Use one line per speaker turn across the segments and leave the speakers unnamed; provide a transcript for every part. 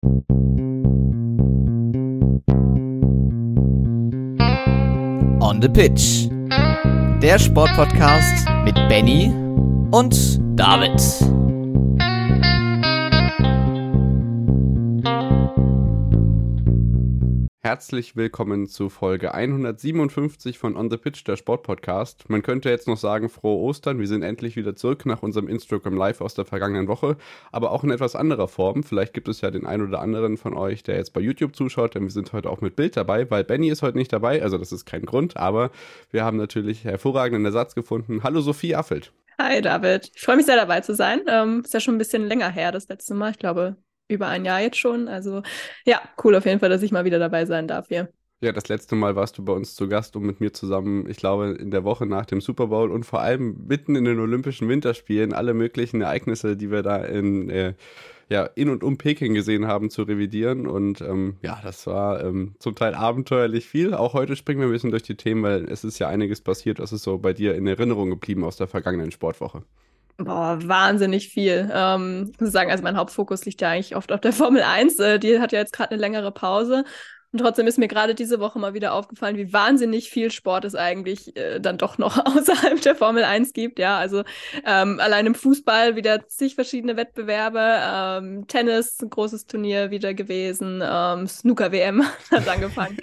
On the Pitch, der Sportpodcast mit Benny und David.
Herzlich willkommen zu Folge 157 von On the Pitch, der Sportpodcast. Man könnte jetzt noch sagen, frohe Ostern, wir sind endlich wieder zurück nach unserem Instagram Live aus der vergangenen Woche, aber auch in etwas anderer Form. Vielleicht gibt es ja den einen oder anderen von euch, der jetzt bei YouTube zuschaut, denn wir sind heute auch mit Bild dabei, weil Benny ist heute nicht dabei, also das ist kein Grund, aber wir haben natürlich hervorragenden Ersatz gefunden. Hallo Sophie Affelt.
Hi David, ich freue mich sehr dabei zu sein. Ist ja schon ein bisschen länger her, das letzte Mal, ich glaube über ein Jahr jetzt schon. Also ja, cool auf jeden Fall, dass ich mal wieder dabei sein darf hier.
Ja, das letzte Mal warst du bei uns zu Gast und mit mir zusammen, ich glaube, in der Woche nach dem Super Bowl und vor allem mitten in den Olympischen Winterspielen alle möglichen Ereignisse, die wir da in und um Peking gesehen haben, zu revidieren. Und das war zum Teil abenteuerlich viel. Auch heute springen wir ein bisschen durch die Themen, weil es ist ja einiges passiert. Was ist so bei dir in Erinnerung geblieben aus der vergangenen Sportwoche?
Boah, wahnsinnig viel. Ich muss sagen, also mein Hauptfokus liegt ja eigentlich oft auf der Formel 1. Die hat ja jetzt gerade eine längere Pause. Und trotzdem ist mir gerade diese Woche mal wieder aufgefallen, wie wahnsinnig viel Sport es eigentlich dann doch noch außerhalb der Formel 1 gibt. Ja, also allein im Fußball wieder zig verschiedene Wettbewerbe. Tennis, ein großes Turnier wieder gewesen. Snooker-WM hat angefangen.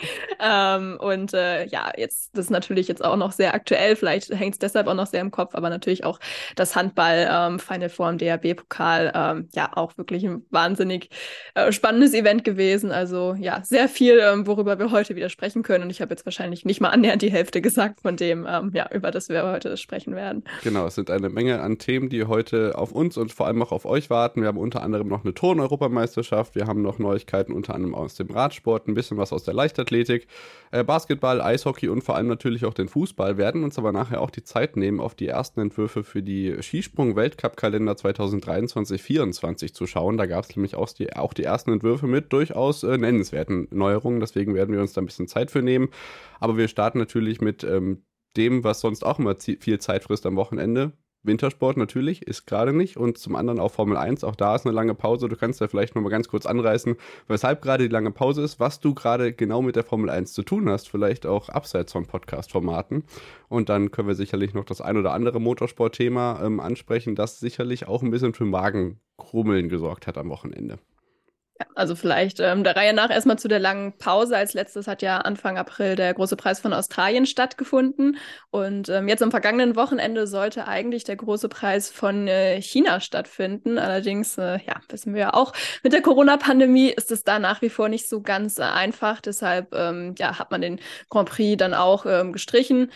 Jetzt das ist natürlich jetzt auch noch sehr aktuell. Vielleicht hängt es deshalb auch noch sehr im Kopf, aber natürlich auch das Handball Final Four im DHB-Pokal. Auch wirklich ein wahnsinnig spannendes Event gewesen. Also ja, sehr viel, worüber wir heute wieder sprechen können. Und ich habe jetzt wahrscheinlich nicht mal annähernd die Hälfte gesagt von dem, über das wir heute sprechen werden.
Genau, es sind eine Menge an Themen, die heute auf uns und vor allem auch auf euch warten. Wir haben unter anderem noch eine Turn-Europameisterschaft. Wir haben noch Neuigkeiten unter anderem aus dem Radsport, ein bisschen was aus der Leichtathletik, Basketball, Eishockey und vor allem natürlich auch den Fußball. Werden uns aber nachher auch die Zeit nehmen, auf die ersten Entwürfe für die Skisprung-Weltcup-Kalender 2023-24 zu schauen. Da gab es nämlich auch die ersten Entwürfe mit durchaus nennenswerten Neuerungen. Deswegen werden wir uns da ein bisschen Zeit für nehmen. Aber wir starten natürlich mit dem, was sonst auch immer viel Zeit frisst am Wochenende. Wintersport natürlich, ist gerade nicht. Und zum anderen auch Formel 1, auch da ist eine lange Pause. Du kannst da vielleicht nochmal ganz kurz anreißen, weshalb gerade die lange Pause ist, was du gerade genau mit der Formel 1 zu tun hast, vielleicht auch abseits von Podcast-Formaten. Und dann können wir sicherlich noch das ein oder andere Motorsport-Thema ansprechen, das sicherlich auch ein bisschen für Magenkrummeln gesorgt hat am Wochenende.
Ja, also vielleicht der Reihe nach erstmal zu der langen Pause. Als letztes hat ja Anfang April der große Preis von Australien stattgefunden. Und jetzt am vergangenen Wochenende sollte eigentlich der große Preis von China stattfinden. Allerdings, wissen wir ja auch, mit der Corona-Pandemie ist es da nach wie vor nicht so ganz einfach. Deshalb hat man den Grand Prix dann auch gestrichen.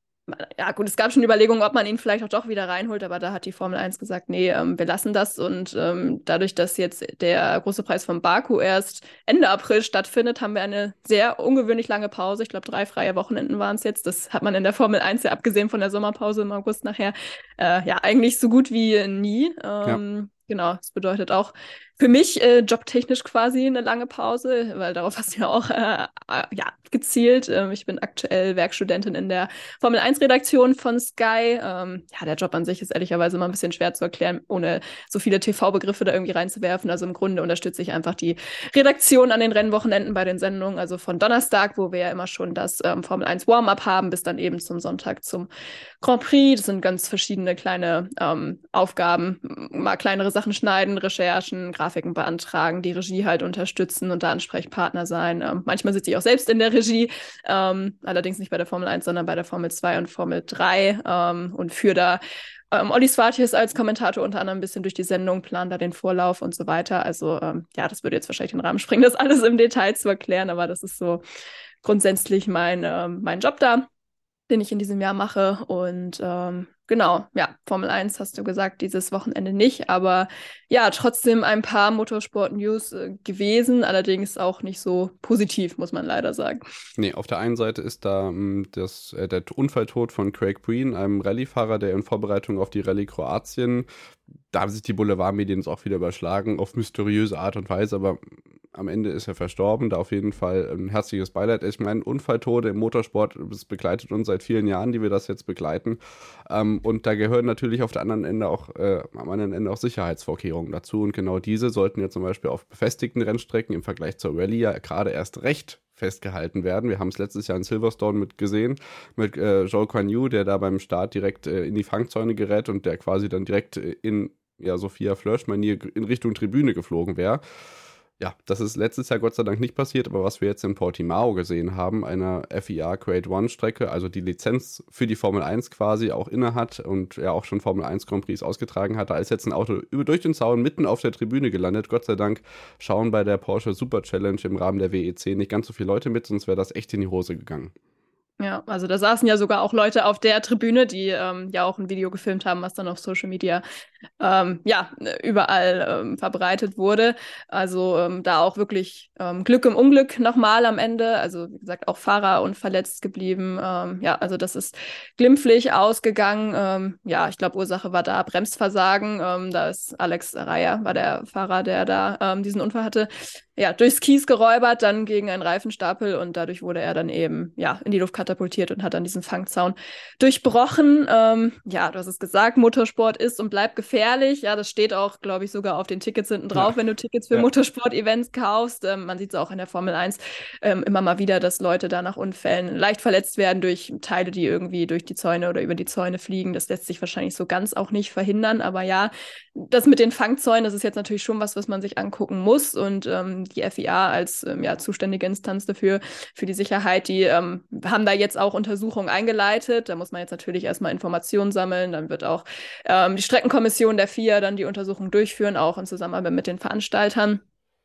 Ja gut, es gab schon Überlegungen, ob man ihn vielleicht auch doch wieder reinholt, aber da hat die Formel 1 gesagt, nee, wir lassen das. Und dadurch, dass jetzt der große Preis von Baku erst Ende April stattfindet, haben wir eine sehr ungewöhnlich lange Pause. Ich glaube, 3 freie Wochenenden waren es jetzt. Das hat man in der Formel 1 ja abgesehen von der Sommerpause im August nachher eigentlich so gut wie nie. Genau, das bedeutet auch für mich jobtechnisch quasi eine lange Pause, weil darauf hast du ja auch gezielt. Ich bin aktuell Werkstudentin in der Formel 1 Redaktion von Sky. Der Job an sich ist ehrlicherweise immer ein bisschen schwer zu erklären, ohne so viele TV-Begriffe da irgendwie reinzuwerfen. Also im Grunde unterstütze ich einfach die Redaktion an den Rennwochenenden bei den Sendungen, also von Donnerstag, wo wir ja immer schon das Formel 1 Warm-Up haben, bis dann eben zum Sonntag zum Grand Prix. Das sind ganz verschiedene kleine Aufgaben, mal kleinere Sachen schneiden, Recherchen, Grafiken beantragen, die Regie halt unterstützen und da Ansprechpartner sein. Manchmal sitze ich auch selbst in der Regie, allerdings nicht bei der Formel 1, sondern bei der Formel 2 und Formel 3 und führe da Olli Swartjes als Kommentator unter anderem ein bisschen durch die Sendung, plant da den Vorlauf und so weiter. Also das würde jetzt wahrscheinlich den Rahmen sprengen, das alles im Detail zu erklären, aber das ist so grundsätzlich mein Job da, den ich in diesem Jahr mache. Und Formel 1 hast du gesagt, dieses Wochenende nicht, aber ja, trotzdem ein paar Motorsport-News gewesen, allerdings auch nicht so positiv, muss man leider sagen.
Nee, auf der einen Seite ist da der Unfalltod von Craig Breen, einem Rallye-Fahrer, der in Vorbereitung auf die Rallye Kroatien, da haben sich die Boulevardmedien auch wieder überschlagen, auf mysteriöse Art und Weise, aber am Ende ist er verstorben, da auf jeden Fall ein herzliches Beileid. Ich meine, Unfalltode im Motorsport, das begleitet uns seit vielen Jahren, die wir das jetzt begleiten. Und da gehören natürlich auf der anderen Ende am anderen Ende auch Sicherheitsvorkehrungen dazu. Und genau diese sollten ja zum Beispiel auf befestigten Rennstrecken im Vergleich zur Rallye ja gerade erst recht festgehalten werden. Wir haben es letztes Jahr in Silverstone gesehen, mit Zhou Guanyu, der da beim Start direkt in die Fangzäune gerät und der quasi dann direkt in Sophia Flörsch-Manier in Richtung Tribüne geflogen wäre. Ja, das ist letztes Jahr Gott sei Dank nicht passiert, aber was wir jetzt in Portimao gesehen haben, einer FIA Grade 1 Strecke, also die Lizenz für die Formel 1 quasi auch inne hat und ja auch schon Formel 1 Grand Prix ausgetragen hat, da ist jetzt ein Auto durch den Zaun mitten auf der Tribüne gelandet. Gott sei Dank schauen bei der Porsche Super Challenge im Rahmen der WEC nicht ganz so viele Leute mit, sonst wäre das echt in die Hose gegangen.
Ja, also da saßen ja sogar auch Leute auf der Tribüne, die ja auch ein Video gefilmt haben, was dann auf Social Media überall verbreitet wurde. Also da auch wirklich Glück im Unglück nochmal am Ende. Also wie gesagt, auch Fahrer unverletzt geblieben. Ja, also das ist glimpflich ausgegangen. Ja, ich glaube, Ursache war da Bremsversagen. Da ist Alex Araya, war der Fahrer, der da diesen Unfall hatte. Ja, durchs Kies geräubert, dann gegen einen Reifenstapel und dadurch wurde er dann eben in die Luft katapultiert und hat dann diesen Fangzaun durchbrochen. Ja, du hast es gesagt, Motorsport ist und bleibt gefährlich. Ja, das steht auch, glaube ich, sogar auf den Tickets hinten drauf, wenn du Tickets für Motorsport-Events kaufst. Man sieht es auch in der Formel 1 immer mal wieder, dass Leute da nach Unfällen leicht verletzt werden durch Teile, die irgendwie durch die Zäune oder über die Zäune fliegen. Das lässt sich wahrscheinlich so ganz auch nicht verhindern. Aber ja, das mit den Fangzäunen, das ist jetzt natürlich schon was man sich angucken muss. Und die FIA als zuständige Instanz dafür, für die Sicherheit, die haben da jetzt auch Untersuchungen eingeleitet. Da muss man jetzt natürlich erstmal Informationen sammeln. Dann wird auch die Streckenkommission der FIA dann die Untersuchung durchführen, auch in Zusammenarbeit mit den Veranstaltern.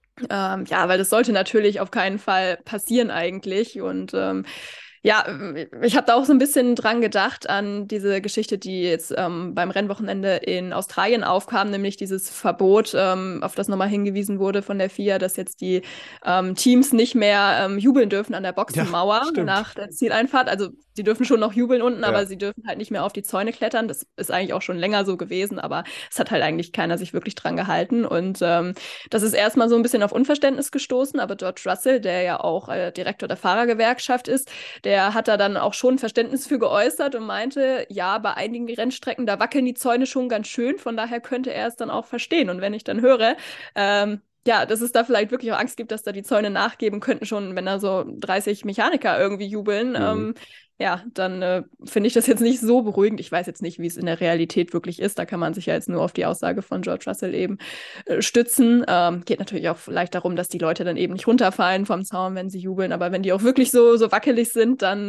Ja, weil das sollte natürlich auf keinen Fall passieren eigentlich. Und ja, ich habe da auch so ein bisschen dran gedacht an diese Geschichte, die jetzt beim Rennwochenende in Australien aufkam, nämlich dieses Verbot, auf das nochmal hingewiesen wurde von der FIA, dass jetzt die Teams nicht mehr jubeln dürfen an der Boxenmauer nach der Zieleinfahrt. Also sie dürfen schon noch jubeln unten, aber sie dürfen halt nicht mehr auf die Zäune klettern. Das ist eigentlich auch schon länger so gewesen, aber es hat halt eigentlich keiner sich wirklich dran gehalten. Und das ist erstmal so ein bisschen auf Unverständnis gestoßen, aber George Russell, der ja auch Direktor der Fahrergewerkschaft ist, der hat da dann auch schon Verständnis für geäußert und meinte, ja, bei einigen Rennstrecken, da wackeln die Zäune schon ganz schön, von daher könnte er es dann auch verstehen. Und wenn ich dann höre, dass es da vielleicht wirklich auch Angst gibt, dass da die Zäune nachgeben könnten, schon wenn da so 30 Mechaniker irgendwie jubeln, dann finde ich das jetzt nicht so beruhigend. Ich weiß jetzt nicht, wie es in der Realität wirklich ist. Da kann man sich ja jetzt nur auf die Aussage von George Russell eben stützen. Geht natürlich auch vielleicht darum, dass die Leute dann eben nicht runterfallen vom Zaun, wenn sie jubeln. Aber wenn die auch wirklich so wackelig sind, dann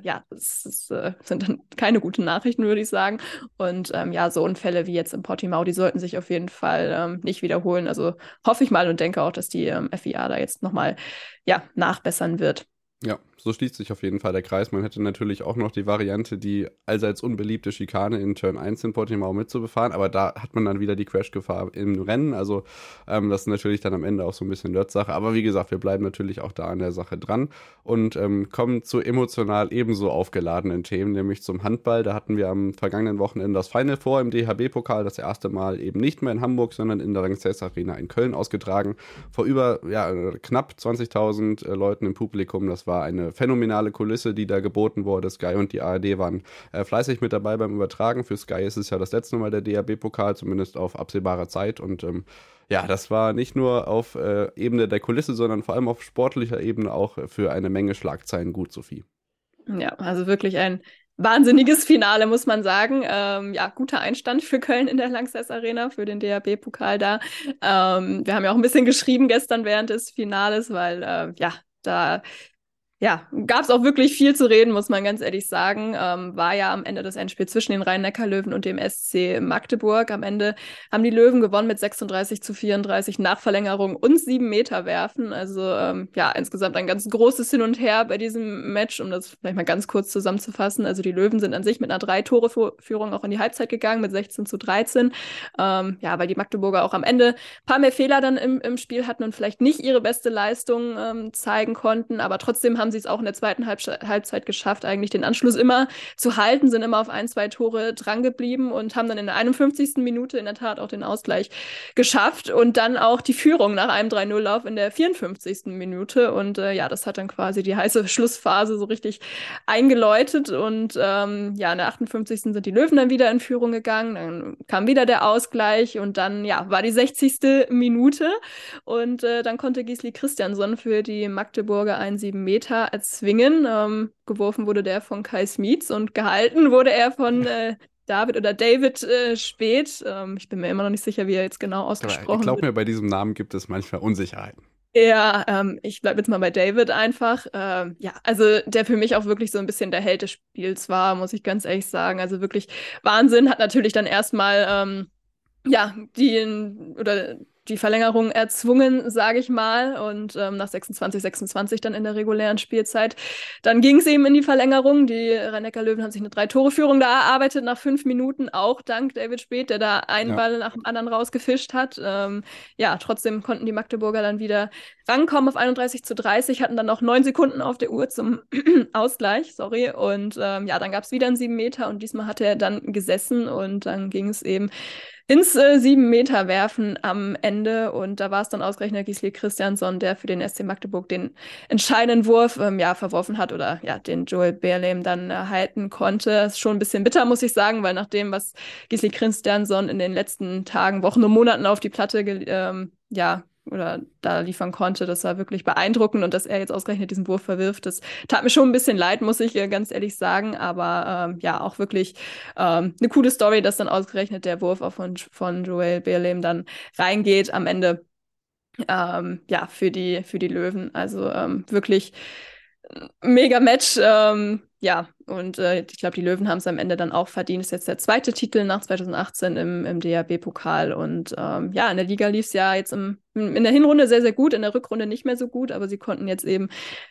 das sind dann keine guten Nachrichten, würde ich sagen. Und so Unfälle wie jetzt in Portimao, die sollten sich auf jeden Fall nicht wiederholen. Also hoffe ich mal und denke auch, dass die FIA da jetzt nochmal nachbessern wird.
Ja, so schließt sich auf jeden Fall der Kreis. Man hätte natürlich auch noch die Variante, die allseits unbeliebte Schikane in Turn 1 in Portimao mitzubefahren, aber da hat man dann wieder die Crashgefahr im Rennen. Also das ist natürlich dann am Ende auch so ein bisschen Nerd-Sache. Aber wie gesagt, wir bleiben natürlich auch da an der Sache dran und kommen zu emotional ebenso aufgeladenen Themen, nämlich zum Handball. Da hatten wir am vergangenen Wochenende das Final Four im DHB-Pokal, das erste Mal eben nicht mehr in Hamburg, sondern in der Lanxess Arena in Köln ausgetragen. Vor über knapp 20.000 Leuten im Publikum. Das war eine phänomenale Kulisse, die da geboten wurde. Sky und die ARD waren fleißig mit dabei beim Übertragen. Für Sky ist es ja das letzte Mal der DHB-Pokal, zumindest auf absehbare Zeit. Und das war nicht nur auf Ebene der Kulisse, sondern vor allem auf sportlicher Ebene auch für eine Menge Schlagzeilen gut, Sophie.
Ja, also wirklich ein wahnsinniges Finale, muss man sagen. Guter Einstand für Köln in der Lanxess Arena, für den DHB-Pokal da. Wir haben ja auch ein bisschen geschrieben gestern während des Finales, weil da gab es auch wirklich viel zu reden, muss man ganz ehrlich sagen. War ja am Ende das Endspiel zwischen den Rhein-Neckar-Löwen und dem SC Magdeburg. Am Ende haben die Löwen gewonnen mit 36-34 nach Verlängerung und 7 Meter werfen. Also insgesamt ein ganz großes Hin und Her bei diesem Match, um das vielleicht mal ganz kurz zusammenzufassen. Also die Löwen sind an sich mit einer 3-Tore-Führung auch in die Halbzeit gegangen mit 16-13. Weil die Magdeburger auch am Ende ein paar mehr Fehler dann im Spiel hatten und vielleicht nicht ihre beste Leistung zeigen konnten. Aber trotzdem haben sie es auch in der zweiten Halbzeit geschafft, eigentlich den Anschluss immer zu halten, sind immer auf 1-2 Tore drangeblieben und haben dann in der 51. Minute in der Tat auch den Ausgleich geschafft und dann auch die Führung nach einem 3-0-Lauf in der 54. Minute. Und ja, das hat dann quasi die heiße Schlussphase so richtig eingeläutet. Und ja, in der 58. sind die Löwen dann wieder in Führung gegangen. Dann kam wieder der Ausgleich und dann ja, war die 60. Minute. Und dann konnte Gisli Christiansson für die Magdeburger einen 7-Meter erzwingen. Geworfen wurde der von Kai Smits und gehalten wurde er von David Späth. Ich bin mir immer noch nicht sicher, wie er jetzt genau ausgesprochen wird.
Ich glaube mir, bei diesem Namen gibt es manchmal Unsicherheiten.
Ja, ich bleibe jetzt mal bei David einfach. Ja, also der für mich auch wirklich so ein bisschen der Held des Spiels war, muss ich ganz ehrlich sagen. Also wirklich Wahnsinn, hat natürlich dann erstmal ja, die Verlängerung erzwungen, sage ich mal. Und nach 26 dann in der regulären Spielzeit. Dann ging es eben in die Verlängerung. Die Rhein-Neckar-Löwen haben sich eine 3-Tore-Führung da erarbeitet nach 5 Minuten, auch dank David Späth, der da einen Ball nach dem anderen rausgefischt hat. Ja, trotzdem konnten die Magdeburger dann wieder rankommen auf 31:30, hatten dann noch 9 Sekunden auf der Uhr zum Ausgleich, sorry. Und ja, dann gab es wieder einen 7 Meter und diesmal hat er dann gesessen und dann ging es eben ins 7-Meter-Werfen am Ende. Und da war es dann ausgerechnet Gisli Christiansson, der für den SC Magdeburg den entscheidenden Wurf ja, verworfen hat oder ja, den Joel Beerlehm dann halten konnte. Ist schon ein bisschen bitter, muss ich sagen, weil nach dem, was Gisli Christiansson in den letzten Tagen, Wochen und Monaten auf die Platte ja, oder da liefern konnte, das war wirklich beeindruckend und dass er jetzt ausgerechnet diesen Wurf verwirft, das tat mir schon ein bisschen leid, muss ich ganz ehrlich sagen, aber ja, auch wirklich eine coole Story, dass dann ausgerechnet der Wurf auch von Joel Beerlehm dann reingeht am Ende, ja, für die Löwen, also wirklich mega Match, ja, und ich glaube, die Löwen haben es am Ende dann auch verdient. Das ist jetzt der zweite Titel nach 2018 im DHB-Pokal. Und ja, in der Liga lief es ja jetzt in der Hinrunde sehr, sehr gut, in der Rückrunde nicht mehr so gut, aber sie konnten jetzt eben,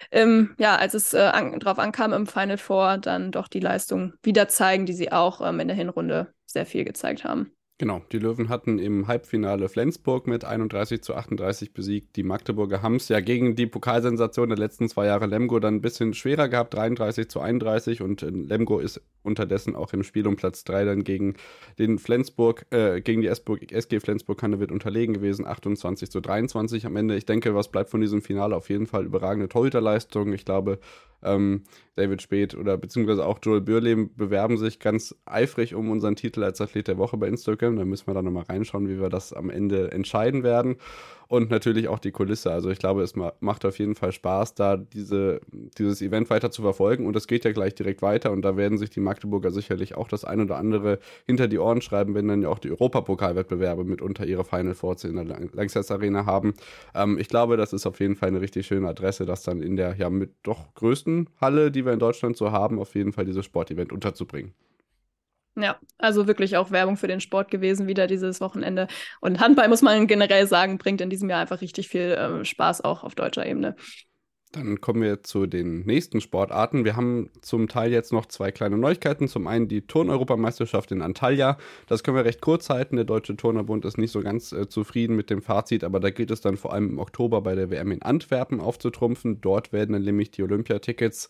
ja, als es drauf ankam im Final Four, dann doch die Leistung wieder zeigen, die sie auch in der Hinrunde sehr viel gezeigt haben.
Genau, die Löwen hatten im Halbfinale Flensburg mit 31:38 besiegt. Die Magdeburger haben es ja gegen die Pokalsensation der letzten 2 Jahre Lemgo dann ein bisschen schwerer gehabt, 33:31. Und Lemgo ist unterdessen auch im Spiel um Platz 3 dann gegen den gegen die SG Flensburg-Handewitt unterlegen gewesen, 28:23 am Ende. Ich denke, was bleibt von diesem Finale? Auf jeden Fall überragende Torhüterleistung. Ich glaube, David Späth oder beziehungsweise auch Joel Beerlehm bewerben sich ganz eifrig um unseren Titel als Athlet der Woche bei Instagram. Da müssen wir dann nochmal reinschauen, wie wir das am Ende entscheiden werden. Und natürlich auch die Kulisse. Also ich glaube, es macht auf jeden Fall Spaß, da dieses Event weiter zu verfolgen. Und es geht ja gleich direkt weiter. Und da werden sich die Magdeburger sicherlich auch das ein oder andere hinter die Ohren schreiben, wenn dann ja auch die Europapokalwettbewerbe mitunter ihre Final Fours in der Lanxess Arena haben. Ich glaube, das ist auf jeden Fall eine richtig schöne Adresse, das dann in der ja mit doch größten Halle, die wir in Deutschland so haben, auf jeden Fall dieses Sportevent unterzubringen.
Ja, also wirklich auch Werbung für den Sport gewesen, wieder dieses Wochenende. Und Handball, muss man generell sagen, bringt in diesem Jahr einfach richtig viel Spaß auch auf deutscher Ebene.
Dann kommen wir zu den nächsten Sportarten. Wir haben zum Teil jetzt noch 2 kleine Neuigkeiten. Zum einen die Turn-Europameisterschaft in Antalya. Das können wir recht kurz halten. Der Deutsche Turnerbund ist nicht so ganz zufrieden mit dem Fazit, aber da gilt es dann vor allem im Oktober bei der WM in Antwerpen aufzutrumpfen. Dort werden dann nämlich die Olympiatickets,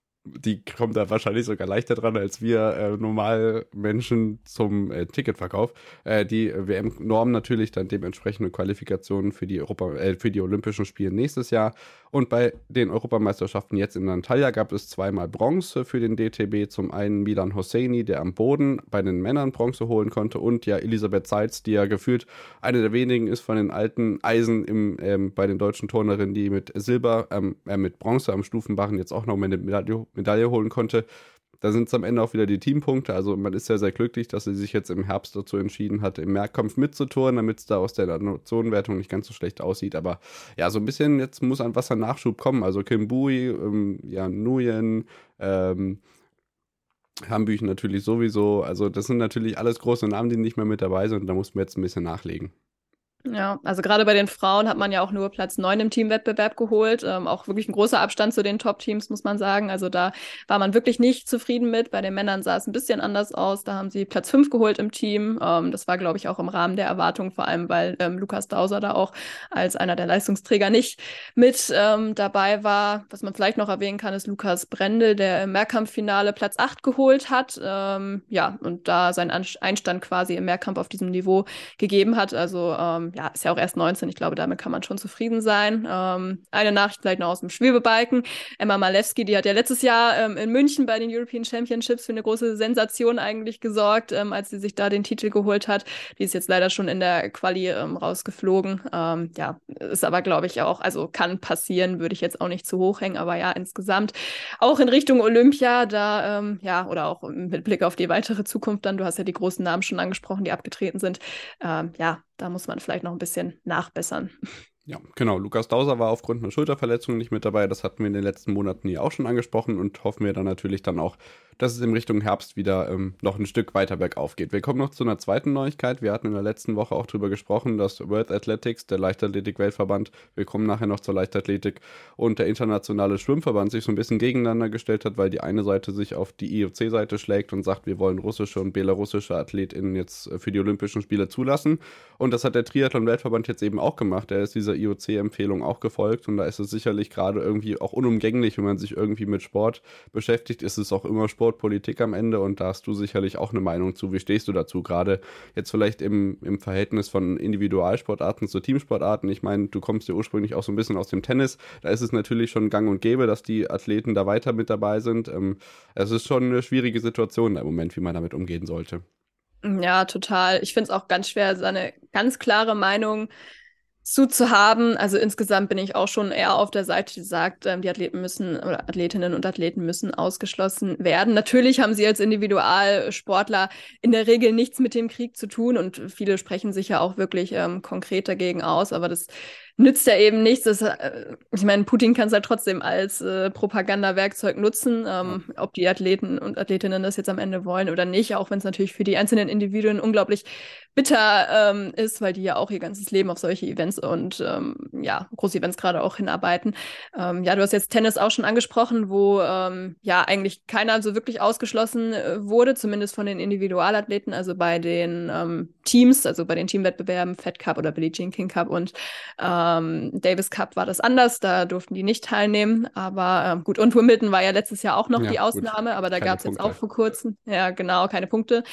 die kommen da wahrscheinlich sogar leichter dran als wir normal Menschen zum Ticketverkauf. Die WM-Norm natürlich dann dementsprechende Qualifikationen für die Olympischen Spiele nächstes Jahr. Und bei den Europameisterschaften jetzt in Antalya gab es 2-mal Bronze für den DTB. Zum einen Milan Hosseini, der am Boden bei den Männern Bronze holen konnte, und ja Elisabeth Seitz, die ja gefühlt eine der wenigen ist von den alten Eisen bei den deutschen Turnerinnen, die mit mit Bronze am Stufenbarren jetzt auch noch mal eine Medaille holen konnte. Da sind es am Ende auch wieder die Teampunkte. Also man ist sehr, sehr glücklich, dass sie sich jetzt im Herbst dazu entschieden hat, im Mehrkampf mitzuturnen, damit es da aus der Nationenwertung nicht ganz so schlecht aussieht. Aber ja, so ein bisschen jetzt muss an was an Nachschub kommen. Also Kim Bui, Nguyen, Hambüchen natürlich sowieso. Also das sind natürlich alles große Namen, die nicht mehr mit dabei sind. Und da muss man jetzt ein bisschen nachlegen.
Ja, also gerade bei den Frauen hat man ja auch nur Platz 9 im Teamwettbewerb geholt. Auch wirklich ein großer Abstand zu den Top-Teams, muss man sagen. Also da war man wirklich nicht zufrieden mit. Bei den Männern sah es ein bisschen anders aus. Da haben sie Platz 5 geholt im Team. Das war, glaube ich, auch im Rahmen der Erwartung, vor allem weil Lukas Dauser da auch als einer der Leistungsträger nicht mit dabei war. Was man vielleicht noch erwähnen kann, ist Lukas Brendel, der im Mehrkampffinale Platz 8 geholt hat. Ja, und da seinen Einstand quasi im Mehrkampf auf diesem Niveau gegeben hat. Also ja, ist ja auch erst 19. Ich glaube, damit kann man schon zufrieden sein. Eine Nachricht vielleicht noch aus dem Schwebebalken. Emma Malewski, die hat ja letztes Jahr in München bei den European Championships für eine große Sensation eigentlich gesorgt, als sie sich da den Titel geholt hat. Die ist jetzt leider schon in der Quali rausgeflogen. Ja, ist aber, glaube ich, auch, also kann passieren, würde ich jetzt auch nicht zu hoch hängen, aber ja, insgesamt auch in Richtung Olympia, da, ja, oder auch mit Blick auf die weitere Zukunft dann, du hast ja die großen Namen schon angesprochen, die abgetreten sind. Ja, da muss man vielleicht noch ein bisschen nachbessern.
Ja, genau. Lukas Dauser war aufgrund einer Schulterverletzung nicht mit dabei. Das hatten wir in den letzten Monaten hier auch schon angesprochen und hoffen wir dann natürlich dann auch, dass es in Richtung Herbst wieder noch ein Stück weiter bergauf geht. Wir kommen noch zu einer zweiten Neuigkeit. Wir hatten in der letzten Woche auch darüber gesprochen, dass World Athletics, der Leichtathletik-Weltverband, wir kommen nachher noch zur Leichtathletik, und der internationale Schwimmverband sich so ein bisschen gegeneinander gestellt hat, weil die eine Seite sich auf die IOC-Seite schlägt und sagt, wir wollen russische und belarussische AthletInnen jetzt für die Olympischen Spiele zulassen. Und das hat der Triathlon-Weltverband jetzt eben auch gemacht. Er ist dieser IOC-Empfehlung auch gefolgt und da ist es sicherlich gerade irgendwie auch unumgänglich, wenn man sich irgendwie mit Sport beschäftigt, ist es auch immer Sportpolitik am Ende und da hast du sicherlich auch eine Meinung zu. Wie stehst du dazu? Gerade jetzt vielleicht im Verhältnis von Individualsportarten zu Teamsportarten. Ich meine, du kommst ja ursprünglich auch so ein bisschen aus dem Tennis. Da ist es natürlich schon gang und gäbe, dass die Athleten da weiter mit dabei sind. Es ist schon eine schwierige Situation im Moment, wie man damit umgehen sollte.
Ja, total. Ich finde es auch ganz schwer, seine ganz klare Meinung zu haben. Also insgesamt bin ich auch schon eher auf der Seite, die sagt, die Athleten müssen oder Athletinnen und Athleten müssen ausgeschlossen werden. Natürlich haben sie als Individualsportler in der Regel nichts mit dem Krieg zu tun und viele sprechen sich ja auch wirklich konkret dagegen aus, aber das nützt ja eben nichts. Ich meine, Putin kann es halt trotzdem als Propagandawerkzeug nutzen, ob die Athleten und Athletinnen das jetzt am Ende wollen oder nicht, auch wenn es natürlich für die einzelnen Individuen unglaublich bitter ist, weil die ja auch ihr ganzes Leben auf solche Events und ja, große Events gerade auch hinarbeiten. Ja, du hast jetzt Tennis auch schon angesprochen, wo ja eigentlich keiner so wirklich ausgeschlossen wurde, zumindest von den Individualathleten, also bei den Teams, also bei den Teamwettbewerben, Fed Cup oder Billie Jean King Cup und Davis Cup war das anders, da durften die nicht teilnehmen, aber gut, und Wimbledon war ja letztes Jahr auch noch die Ausnahme, gut, aber da gab es jetzt auch vor kurzem, ja genau, keine Punkte.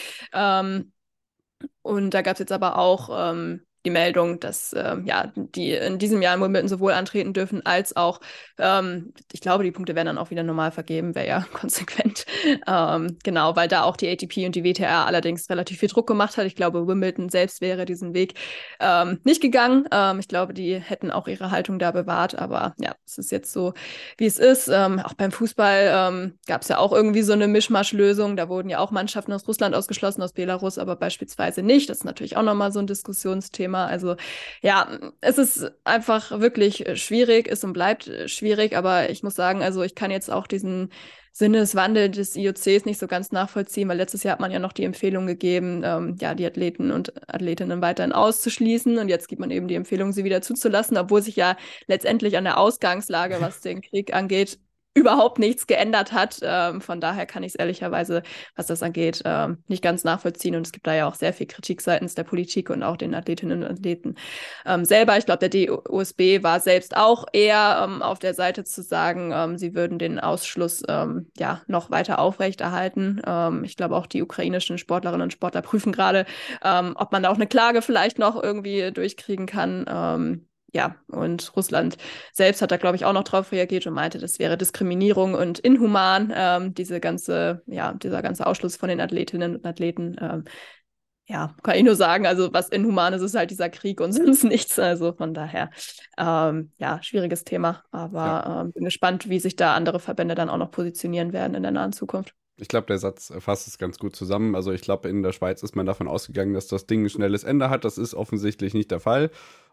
Und da gab es jetzt aber auch die Meldung, dass ja, die in diesem Jahr in Wimbledon sowohl antreten dürfen, als auch, ich glaube, die Punkte werden dann auch wieder normal vergeben, wäre ja konsequent. Genau, weil da auch die ATP und die WTA allerdings relativ viel Druck gemacht hat. Ich glaube, Wimbledon selbst wäre diesen Weg nicht gegangen. Ich glaube, die hätten auch ihre Haltung da bewahrt, aber ja, es ist jetzt so, wie es ist. Auch beim Fußball gab es ja auch irgendwie so eine Mischmaschlösung. Da wurden ja auch Mannschaften aus Russland ausgeschlossen, aus Belarus, aber beispielsweise nicht. Das ist natürlich auch nochmal so ein Diskussionsthema. Also ja, es ist einfach wirklich schwierig, ist und bleibt schwierig, aber ich muss sagen, also ich kann jetzt auch diesen Sinneswandel des IOCs nicht so ganz nachvollziehen, weil letztes Jahr hat man ja noch die Empfehlung gegeben, ja, die Athleten und Athletinnen weiterhin auszuschließen und jetzt gibt man eben die Empfehlung, sie wieder zuzulassen, obwohl sich ja letztendlich an der Ausgangslage, was den Krieg angeht, überhaupt nichts geändert hat. Von daher kann ich es ehrlicherweise, was das angeht, nicht ganz nachvollziehen. Und es gibt da ja auch sehr viel Kritik seitens der Politik und auch den Athletinnen und Athleten selber. Ich glaube, der DOSB war selbst auch eher auf der Seite zu sagen, sie würden den Ausschluss ja noch weiter aufrechterhalten. Ich glaube, auch die ukrainischen Sportlerinnen und Sportler prüfen gerade, ob man da auch eine Klage vielleicht noch irgendwie durchkriegen kann. Ja, und Russland selbst hat da, glaube ich, auch noch drauf reagiert und meinte, das wäre Diskriminierung und inhuman, dieser ganze Ausschluss von den Athletinnen und Athleten. Ja, kann ich nur sagen, also was inhuman ist, ist halt dieser Krieg und sonst nichts. Also von daher, ja, schwieriges Thema. Aber bin gespannt, wie sich da andere Verbände dann auch noch positionieren werden in der nahen Zukunft.
Ich glaube, der Satz fasst es ganz gut zusammen. Also ich glaube, in der Schweiz ist man davon ausgegangen, dass das Ding ein schnelles Ende hat. Das ist offensichtlich nicht der Fall.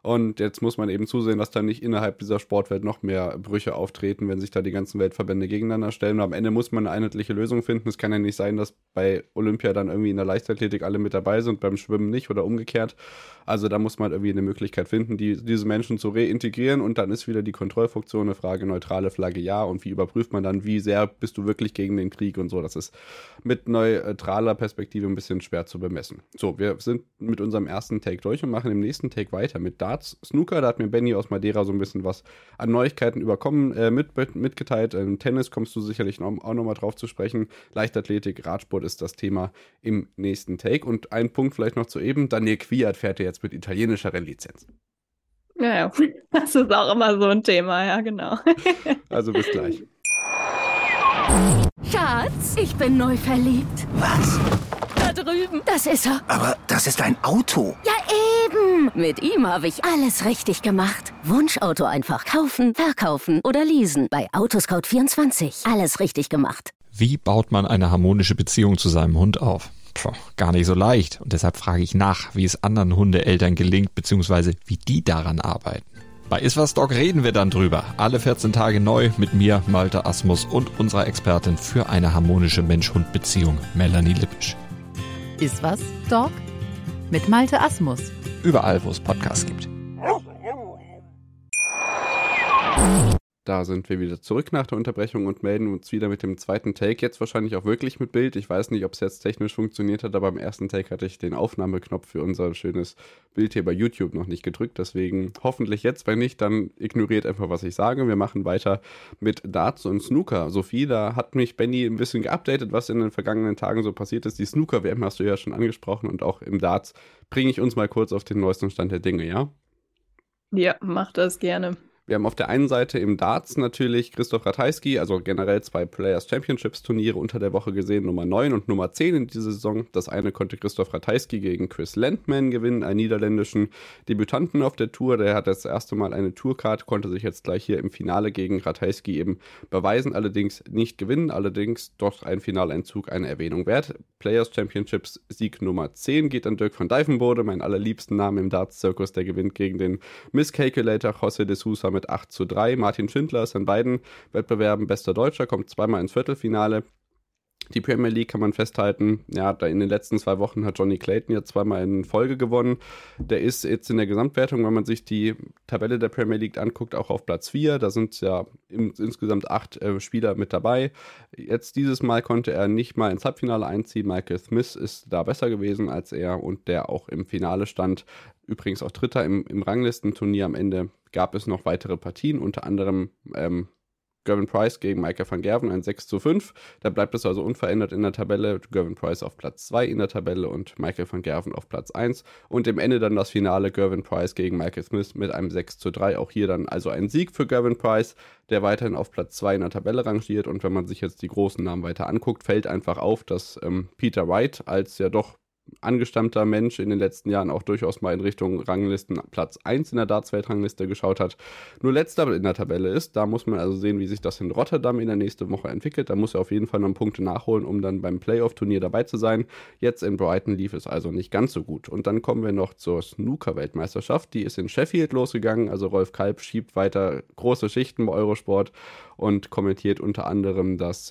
Und jetzt muss man eben zusehen, dass da nicht innerhalb dieser Sportwelt noch mehr Brüche auftreten, wenn sich da die ganzen Weltverbände gegeneinander stellen. Und am Ende muss man eine einheitliche Lösung finden. Es kann ja nicht sein, dass bei Olympia dann irgendwie in der Leichtathletik alle mit dabei sind, beim Schwimmen nicht oder umgekehrt. Also da muss man irgendwie eine Möglichkeit finden, diese Menschen zu reintegrieren, und dann ist wieder die Kontrollfunktion eine Frage, neutrale Flagge ja, und wie überprüft man dann, wie sehr bist du wirklich gegen den Krieg und so. Das ist mit neutraler Perspektive ein bisschen schwer zu bemessen. So, wir sind mit unserem ersten Take durch und machen im nächsten Take weiter mit Darts, Snooker. Da hat mir Benny aus Madeira so ein bisschen was an Neuigkeiten mitgeteilt. Tennis kommst du sicherlich auch nochmal drauf zu sprechen. Leichtathletik, Radsport ist das Thema im nächsten Take. Und ein Punkt vielleicht noch zu eben, Daniel Kwiat fährt ja jetzt mit italienischer Rennlizenz.
Ja, das ist auch immer so ein Thema, ja, genau.
Also bis gleich.
Schatz, ich bin neu verliebt.
Was?
Da drüben. Das ist er.
Aber das ist ein Auto.
Ja, eben. Mit ihm habe ich alles richtig gemacht. Wunschauto einfach kaufen, verkaufen oder leasen. Bei Autoscout24. Alles richtig gemacht.
Wie baut man eine harmonische Beziehung zu seinem Hund auf? Gar nicht so leicht. Und deshalb frage ich nach, wie es anderen Hundeeltern gelingt, beziehungsweise wie die daran arbeiten. Bei Iswas Dog reden wir dann drüber. Alle 14 Tage neu mit mir, Malte Asmus, und unserer Expertin für eine harmonische Mensch-Hund-Beziehung, Melanie Lippisch.
Iswas Dog mit Malte Asmus.
Überall, wo es Podcasts gibt.
Da sind wir wieder zurück nach der Unterbrechung und melden uns wieder mit dem zweiten Take. Jetzt wahrscheinlich auch wirklich mit Bild. Ich weiß nicht, ob es jetzt technisch funktioniert hat, aber beim ersten Take hatte ich den Aufnahmeknopf für unser schönes Bild hier bei YouTube noch nicht gedrückt. Deswegen hoffentlich jetzt. Wenn nicht, dann ignoriert einfach, was ich sage. Wir machen weiter mit Darts und Snooker. Sophie, da hat mich Benny ein bisschen geupdatet, was in den vergangenen Tagen so passiert ist. Die Snooker-WM hast du ja schon angesprochen, und auch im Darts bringe ich uns mal kurz auf den neuesten Stand der Dinge, ja?
Ja, mach das gerne.
Wir haben auf der einen Seite im Darts natürlich Christoph Ratajski, also generell 2 Players Championships Turniere unter der Woche gesehen, Nummer 9 und Nummer 10 in dieser Saison. Das eine konnte Christoph Ratajski gegen Chris Landman gewinnen, einen niederländischen Debütanten auf der Tour. Der hat das erste Mal eine Tourcard, konnte sich jetzt gleich hier im Finale gegen Ratajski eben beweisen, allerdings nicht gewinnen, allerdings doch ein Finaleinzug eine Erwähnung wert. Players Championships Sieg Nummer 10 geht an Dirk van Dijvenbode, meinen allerliebsten Namen im Darts-Zirkus, der gewinnt gegen den Miscalculator José de Sousa mit 8:3. Martin Schindler ist in beiden Wettbewerben bester Deutscher, kommt zweimal ins Viertelfinale. Die Premier League kann man festhalten, ja, da in den letzten 2 Wochen hat Johnny Clayton jetzt zweimal in Folge gewonnen. Der ist jetzt in der Gesamtwertung, wenn man sich die Tabelle der Premier League anguckt, auch auf Platz 4. Da sind ja insgesamt 8 Spieler mit dabei. Jetzt dieses Mal konnte er nicht mal ins Halbfinale einziehen. Michael Smith ist da besser gewesen als er, und der auch im Finale stand. Übrigens auch Dritter im Ranglistenturnier. Am Ende gab es noch weitere Partien, unter anderem Gervin Price gegen Michael van Gerwen, ein 6:5. Da bleibt es also unverändert in der Tabelle. Gervin Price auf Platz 2 in der Tabelle und Michael van Gerwen auf Platz 1. Und im Ende dann das Finale Gervin Price gegen Michael Smith mit einem 6:3. Auch hier dann also ein Sieg für Gervin Price, der weiterhin auf Platz 2 in der Tabelle rangiert. Und wenn man sich jetzt die großen Namen weiter anguckt, fällt einfach auf, dass Peter Wright als ja doch angestammter Mensch in den letzten Jahren auch durchaus mal in Richtung Ranglisten Platz 1 in der Darts-Weltrangliste geschaut hat, nur letzter in der Tabelle ist. Da muss man also sehen, wie sich das in Rotterdam in der nächsten Woche entwickelt. Da muss er auf jeden Fall noch Punkte nachholen, um dann beim Playoff-Turnier dabei zu sein. Jetzt in Brighton lief es also nicht ganz so gut. Und dann kommen wir noch zur Snooker-Weltmeisterschaft. Die ist in Sheffield losgegangen. Also Rolf Kalb schiebt weiter große Schichten im Eurosport und kommentiert unter anderem das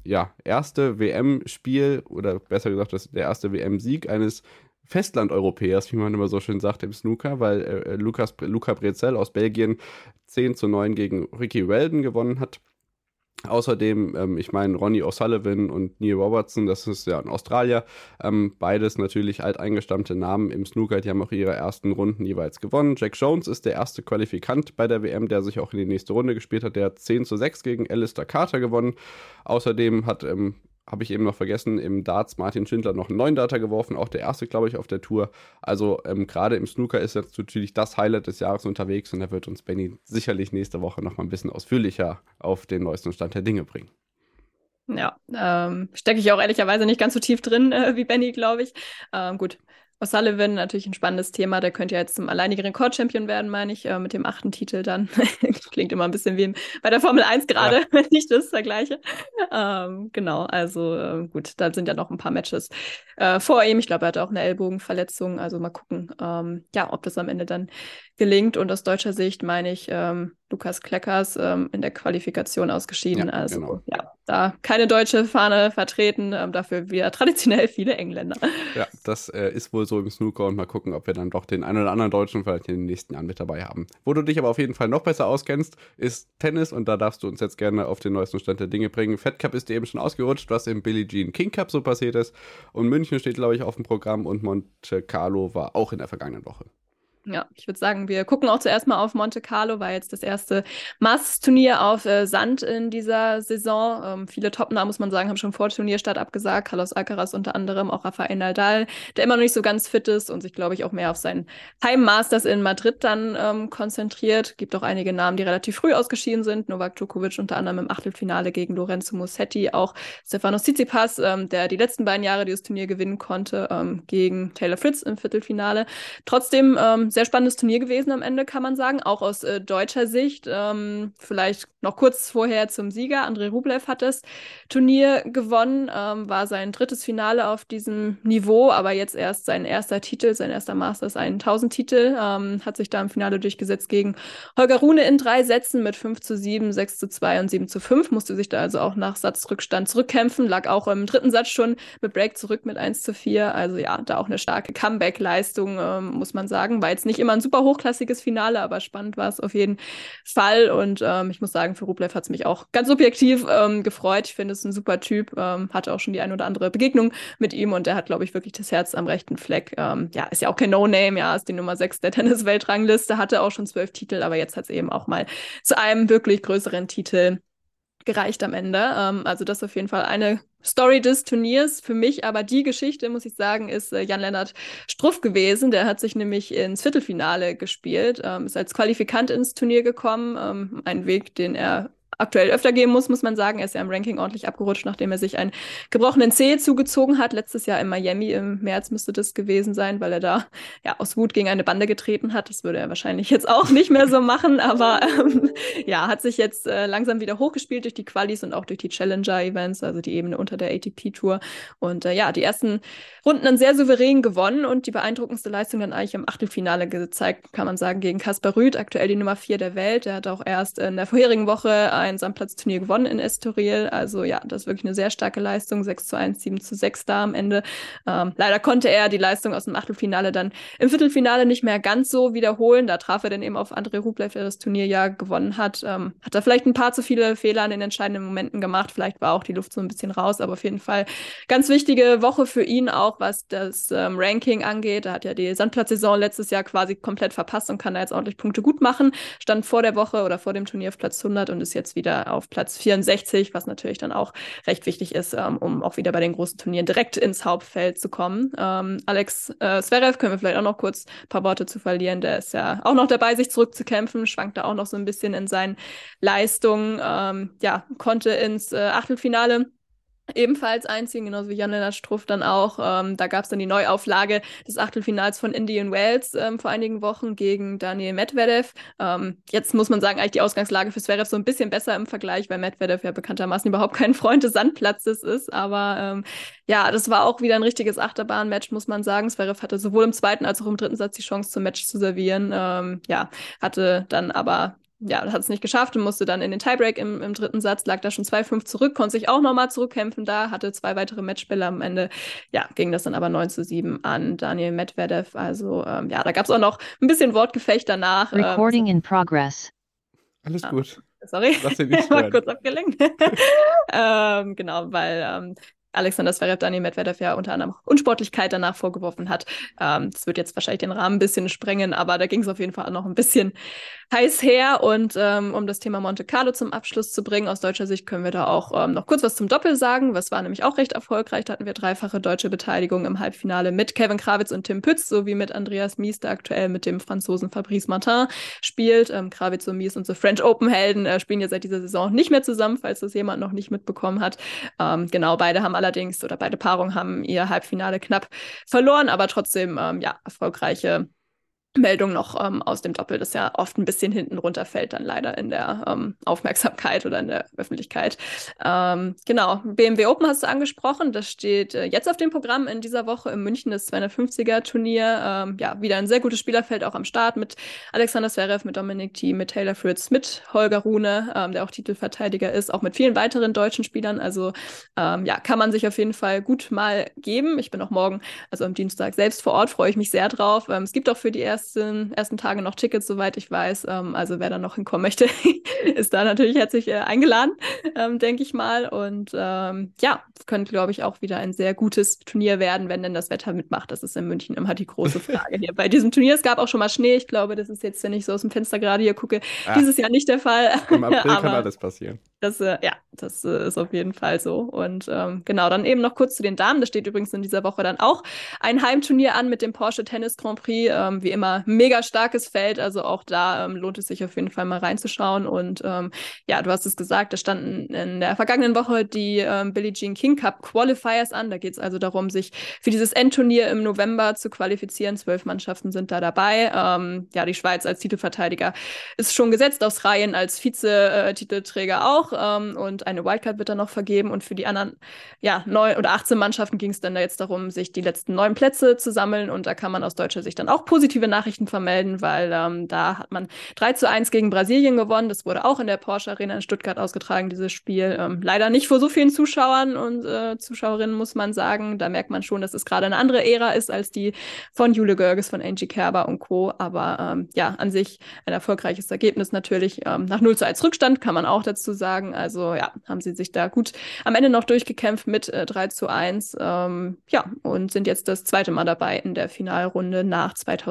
erste WM-Spiel, oder besser gesagt der erste WM-Sieg eines Festland-Europäers, wie man immer so schön sagt im Snooker, weil Luca Brecel aus Belgien 10:9 gegen Ricky Weldon gewonnen hat. Außerdem, ich meine, Ronnie O'Sullivan und Neil Robertson, das ist ja ein Australier, beides natürlich alteingestammte Namen im Snooker, die haben auch ihre ersten Runden jeweils gewonnen. Jack Jones ist der erste Qualifikant bei der WM, der sich auch in die nächste Runde gespielt hat, der hat 10:6 gegen Alistair Carter gewonnen. Außerdem habe ich eben noch vergessen, im Darts Martin Schindler noch einen 9-Darter geworfen, auch der erste, glaube ich, auf der Tour. Also gerade im Snooker ist jetzt natürlich das Highlight des Jahres unterwegs, und da wird uns Benny sicherlich nächste Woche noch mal ein bisschen ausführlicher auf den neuesten Stand der Dinge bringen.
Ja, stecke ich auch ehrlicherweise nicht ganz so tief drin wie Benny, glaube ich. Gut, O'Sullivan, natürlich ein spannendes Thema. Der könnte ja jetzt zum alleinigen Rekordchampion werden, meine ich, mit dem 8. Titel dann. Klingt immer ein bisschen wie bei der Formel 1 gerade, wenn ich das vergleiche. Genau, also gut, da sind ja noch ein paar Matches vor ihm. Ich glaube, er hatte auch eine Ellbogenverletzung. Also mal gucken, ob das am Ende dann gelingt. Und aus deutscher Sicht meine ich, Lukas Kleckers in der Qualifikation ausgeschieden.
Ja,
also
genau.
da keine deutsche Fahne vertreten, dafür wieder traditionell viele Engländer.
Ja, das ist wohl so im Snooker und mal gucken, ob wir dann doch den einen oder anderen Deutschen vielleicht in den nächsten Jahren mit dabei haben. Wo du dich aber auf jeden Fall noch besser auskennst, ist Tennis und da darfst du uns jetzt gerne auf den neuesten Stand der Dinge bringen. Fed Cup ist dir eben schon ausgerutscht, was im Billie Jean King Cup so passiert ist und München steht, glaube ich, auf dem Programm und Monte Carlo war auch in der vergangenen Woche.
Ja, ich würde sagen, wir gucken auch zuerst mal auf Monte Carlo, war jetzt das erste Masters-Turnier auf Sand in dieser Saison. Viele Topnamen, muss man sagen, haben schon vor Turnierstart abgesagt. Carlos Alcaraz unter anderem, auch Rafael Nadal, der immer noch nicht so ganz fit ist und sich, glaube ich, auch mehr auf seinen Heim-Masters in Madrid dann konzentriert. Gibt auch einige Namen, die relativ früh ausgeschieden sind. Novak Djokovic unter anderem im Achtelfinale gegen Lorenzo Musetti. Auch Stefanos Tsitsipas, der die letzten beiden Jahre dieses Turnier gewinnen konnte, gegen Taylor Fritz im Viertelfinale. Trotzdem sehr spannendes Turnier gewesen am Ende, kann man sagen, auch aus deutscher Sicht. Vielleicht noch kurz vorher zum Sieger. Andrei Rublev hat das Turnier gewonnen, war sein 3. Finale auf diesem Niveau, aber jetzt erst sein erster Titel, sein erster Masters 1000-Titel, hat sich da im Finale durchgesetzt gegen Holger Rune in 3 Sätzen mit 5:7, 6:2 und 7:5, musste sich da also auch nach Satzrückstand zurückkämpfen, lag auch im 3. Satz schon mit Break zurück mit 1:4, also ja, da auch eine starke Comeback-Leistung, muss man sagen, war jetzt nicht immer ein super hochklassiges Finale, aber spannend war es auf jeden Fall. Und ich muss sagen, für Rublev hat es mich auch ganz subjektiv gefreut. Ich finde, es ist ein super Typ. Hatte auch schon die ein oder andere Begegnung mit ihm und der hat, glaube ich, wirklich das Herz am rechten Fleck. Ist ja auch kein No-Name, ist die Nummer 6 der Tennis-Weltrangliste, hatte auch schon 12 Titel, aber jetzt hat es eben auch mal zu einem wirklich größeren Titel gereicht am Ende. Also das ist auf jeden Fall eine Story des Turniers. Für mich aber die Geschichte, muss ich sagen, ist Jan-Lennart Struff gewesen. Der hat sich nämlich ins Viertelfinale gespielt, ist als Qualifikant ins Turnier gekommen. Ein Weg, den er aktuell öfter gehen muss man sagen. Er ist ja im Ranking ordentlich abgerutscht, nachdem er sich einen gebrochenen Zeh zugezogen hat. Letztes Jahr in Miami, im März müsste das gewesen sein, weil er da aus Wut gegen eine Bande getreten hat. Das würde er wahrscheinlich jetzt auch nicht mehr so machen, aber hat sich jetzt langsam wieder hochgespielt durch die Qualis und auch durch die Challenger-Events, also die Ebene unter der ATP-Tour. Und die ersten Runden dann sehr souverän gewonnen und die beeindruckendste Leistung dann eigentlich im Achtelfinale gezeigt, kann man sagen, gegen Kaspar Rüth, aktuell die Nummer 4 der Welt. Der hat auch erst in der vorherigen Woche ein Sandplatzturnier gewonnen in Estoril. Also das ist wirklich eine sehr starke Leistung. 6:1, 7:6 da am Ende. Leider konnte er die Leistung aus dem Achtelfinale dann im Viertelfinale nicht mehr ganz so wiederholen. Da traf er dann eben auf Andrei Rublev, der das Turnier ja gewonnen hat. Hat er vielleicht ein paar zu viele Fehler in den entscheidenden Momenten gemacht. Vielleicht war auch die Luft so ein bisschen raus, aber auf jeden Fall ganz wichtige Woche für ihn auch, was das Ranking angeht. Er hat ja die Sandplatzsaison letztes Jahr quasi komplett verpasst und kann da jetzt ordentlich Punkte gut machen. Stand vor der Woche oder vor dem Turnier auf Platz 100 und ist jetzt wieder auf Platz 64, was natürlich dann auch recht wichtig ist, um auch wieder bei den großen Turnieren direkt ins Hauptfeld zu kommen. Alex Zverev können wir vielleicht auch noch kurz ein paar Worte zu verlieren. Der ist ja auch noch dabei, sich zurückzukämpfen, schwankt da auch noch so ein bisschen in seinen Leistungen. Konnte ins Achtelfinale ebenfalls einziehen, genauso wie Jan-Lennart Struff dann auch. Da gab es dann die Neuauflage des Achtelfinals von Indian Wells vor einigen Wochen gegen Daniil Medvedev. Jetzt muss man sagen, eigentlich die Ausgangslage für Zverev so ein bisschen besser im Vergleich, weil Medvedev ja bekanntermaßen überhaupt kein Freund des Sandplatzes ist. Aber das war auch wieder ein richtiges Achterbahn-Match, muss man sagen. Zverev hatte sowohl im 2. als auch im 3. Satz die Chance zum Match zu servieren. Hatte dann aber hat es nicht geschafft und musste dann in den Tiebreak im 3. Satz, lag da schon 2:5 zurück, konnte sich auch nochmal zurückkämpfen da, hatte 2 weitere Matchbälle am Ende, ging das dann aber 9:7 an Daniil Medvedev, also da gab es auch noch ein bisschen Wortgefecht danach.
Recording in progress.
Alles gut.
Sorry,
Lass dich nicht
war kurz abgelenkt. Genau, weil Alexander Zverev Daniil Medvedev ja unter anderem Unsportlichkeit danach vorgeworfen hat. Das wird jetzt wahrscheinlich den Rahmen ein bisschen sprengen, aber da ging es auf jeden Fall noch ein bisschen heiß her. Und um das Thema Monte Carlo zum Abschluss zu bringen, aus deutscher Sicht können wir da auch noch kurz was zum Doppel sagen. Das war nämlich auch recht erfolgreich. Da hatten wir 3-fache deutsche Beteiligung im Halbfinale mit Kevin Krawitz und Tim Pütz, sowie mit Andreas Mies, der aktuell mit dem Franzosen Fabrice Martin spielt. Krawitz und Mies, unsere French Open-Helden, spielen ja seit dieser Saison nicht mehr zusammen, falls das jemand noch nicht mitbekommen hat. Genau, beide haben alle allerdings, oder beide Paarungen haben ihr Halbfinale knapp verloren, aber trotzdem, erfolgreiche Meldung noch aus dem Doppel, das ja oft ein bisschen hinten runterfällt, dann leider in der Aufmerksamkeit oder in der Öffentlichkeit. Genau, BMW Open hast du angesprochen, das steht jetzt auf dem Programm in dieser Woche in München, das 250er-Turnier. Wieder ein sehr gutes Spielerfeld auch am Start mit Alexander Zverev, mit Dominic Thiem, mit Taylor Fritz, mit Holger Rune, der auch Titelverteidiger ist, auch mit vielen weiteren deutschen Spielern. Also kann man sich auf jeden Fall gut mal geben. Ich bin auch morgen, also am Dienstag selbst vor Ort, freue ich mich sehr drauf. Es gibt auch für die ersten Tage noch Tickets, soweit ich weiß. Also wer da noch hinkommen möchte, ist da natürlich herzlich eingeladen, denke ich mal. Und könnte, glaube ich, auch wieder ein sehr gutes Turnier werden, wenn denn das Wetter mitmacht. Das ist in München immer die große Frage hier bei diesem Turnier. Es gab auch schon mal Schnee. Ich glaube, das ist jetzt, wenn ich so aus dem Fenster gerade hier gucke, dieses Jahr nicht der Fall.
Im April kann alles passieren.
Das ist auf jeden Fall so. Und genau, dann eben noch kurz zu den Damen. Da steht übrigens in dieser Woche dann auch ein Heimturnier an mit dem Porsche Tennis Grand Prix. Wie immer mega starkes Feld. Also auch da lohnt es sich auf jeden Fall mal reinzuschauen. Und du hast es gesagt, da standen in der vergangenen Woche die Billie Jean King Cup Qualifiers an. Da geht es also darum, sich für dieses Endturnier im November zu qualifizieren. 12 Mannschaften sind da dabei. Die Schweiz als Titelverteidiger ist schon gesetzt, Australien als Vize-Titelträger auch. Und eine Wildcard wird dann noch vergeben. Und für die anderen 9 oder 18 Mannschaften ging es dann da jetzt darum, sich die letzten 9 Plätze zu sammeln. Und da kann man aus deutscher Sicht dann auch positive Nachrichten vermelden, weil da hat man 3:1 gegen Brasilien gewonnen. Das wurde auch in der Porsche Arena in Stuttgart ausgetragen, dieses Spiel. Leider nicht vor so vielen Zuschauern und Zuschauerinnen, muss man sagen. Da merkt man schon, dass es gerade eine andere Ära ist als die von Jule Görges, von Angie Kerber und Co. Aber an sich ein erfolgreiches Ergebnis natürlich. Nach 0:1 Rückstand kann man auch dazu sagen. Also haben sie sich da gut am Ende noch durchgekämpft mit 3:1. Und sind jetzt das zweite Mal dabei in der Finalrunde nach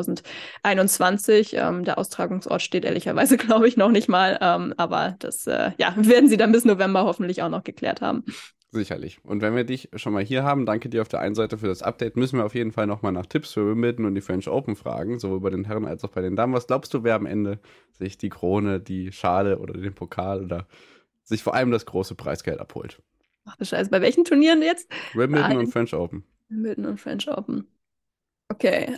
2021. Der Austragungsort steht ehrlicherweise, glaube ich, noch nicht mal. Aber das werden sie dann bis November hoffentlich auch noch geklärt haben.
Sicherlich. Und wenn wir dich schon mal hier haben, danke dir auf der einen Seite für das Update, müssen wir auf jeden Fall nochmal nach Tipps für Wimbledon und die French Open fragen, sowohl bei den Herren als auch bei den Damen. Was glaubst du, wer am Ende sich die Krone, die Schale oder den Pokal oder sich vor allem das große Preisgeld abholt?
Ach du Scheiße, bei welchen Turnieren jetzt?
Wimbledon und French Open.
Wimbledon und French Open. Okay.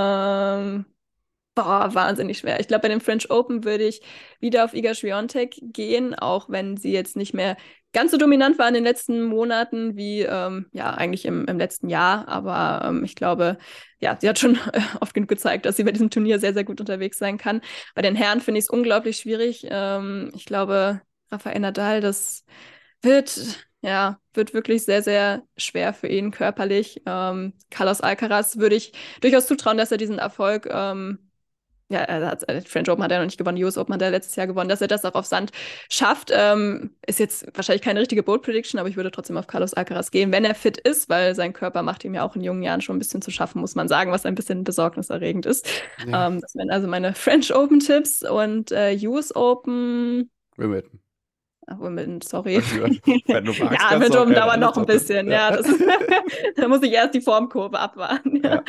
Wahnsinnig schwer. Ich glaube, bei den French Open würde ich wieder auf Iga Swiatek gehen, auch wenn sie jetzt nicht mehr ganz so dominant war in den letzten Monaten wie eigentlich im letzten Jahr. Aber ich glaube, sie hat schon oft genug gezeigt, dass sie bei diesem Turnier sehr, sehr gut unterwegs sein kann. Bei den Herren finde ich es unglaublich schwierig. Ich glaube, Rafael Nadal, das wird wirklich sehr, sehr schwer für ihn körperlich. Carlos Alcaraz würde ich durchaus zutrauen, dass er diesen Erfolg French Open hat er noch nicht gewonnen, US Open hat er letztes Jahr gewonnen, dass er das auch auf Sand schafft. Ist jetzt wahrscheinlich keine richtige Bold Prediction, aber ich würde trotzdem auf Carlos Alcaraz gehen, wenn er fit ist, weil sein Körper macht ihm ja auch in jungen Jahren schon ein bisschen zu schaffen, muss man sagen, was ein bisschen besorgniserregend ist. Ja. Das wären also meine French Open Tipps und US Open.
Wimbledon.
Wimbledon, sorry.
Wenn du magst,
French Open dauert noch ein bisschen. Ja, da muss ich erst die Formkurve abwarten. Ja.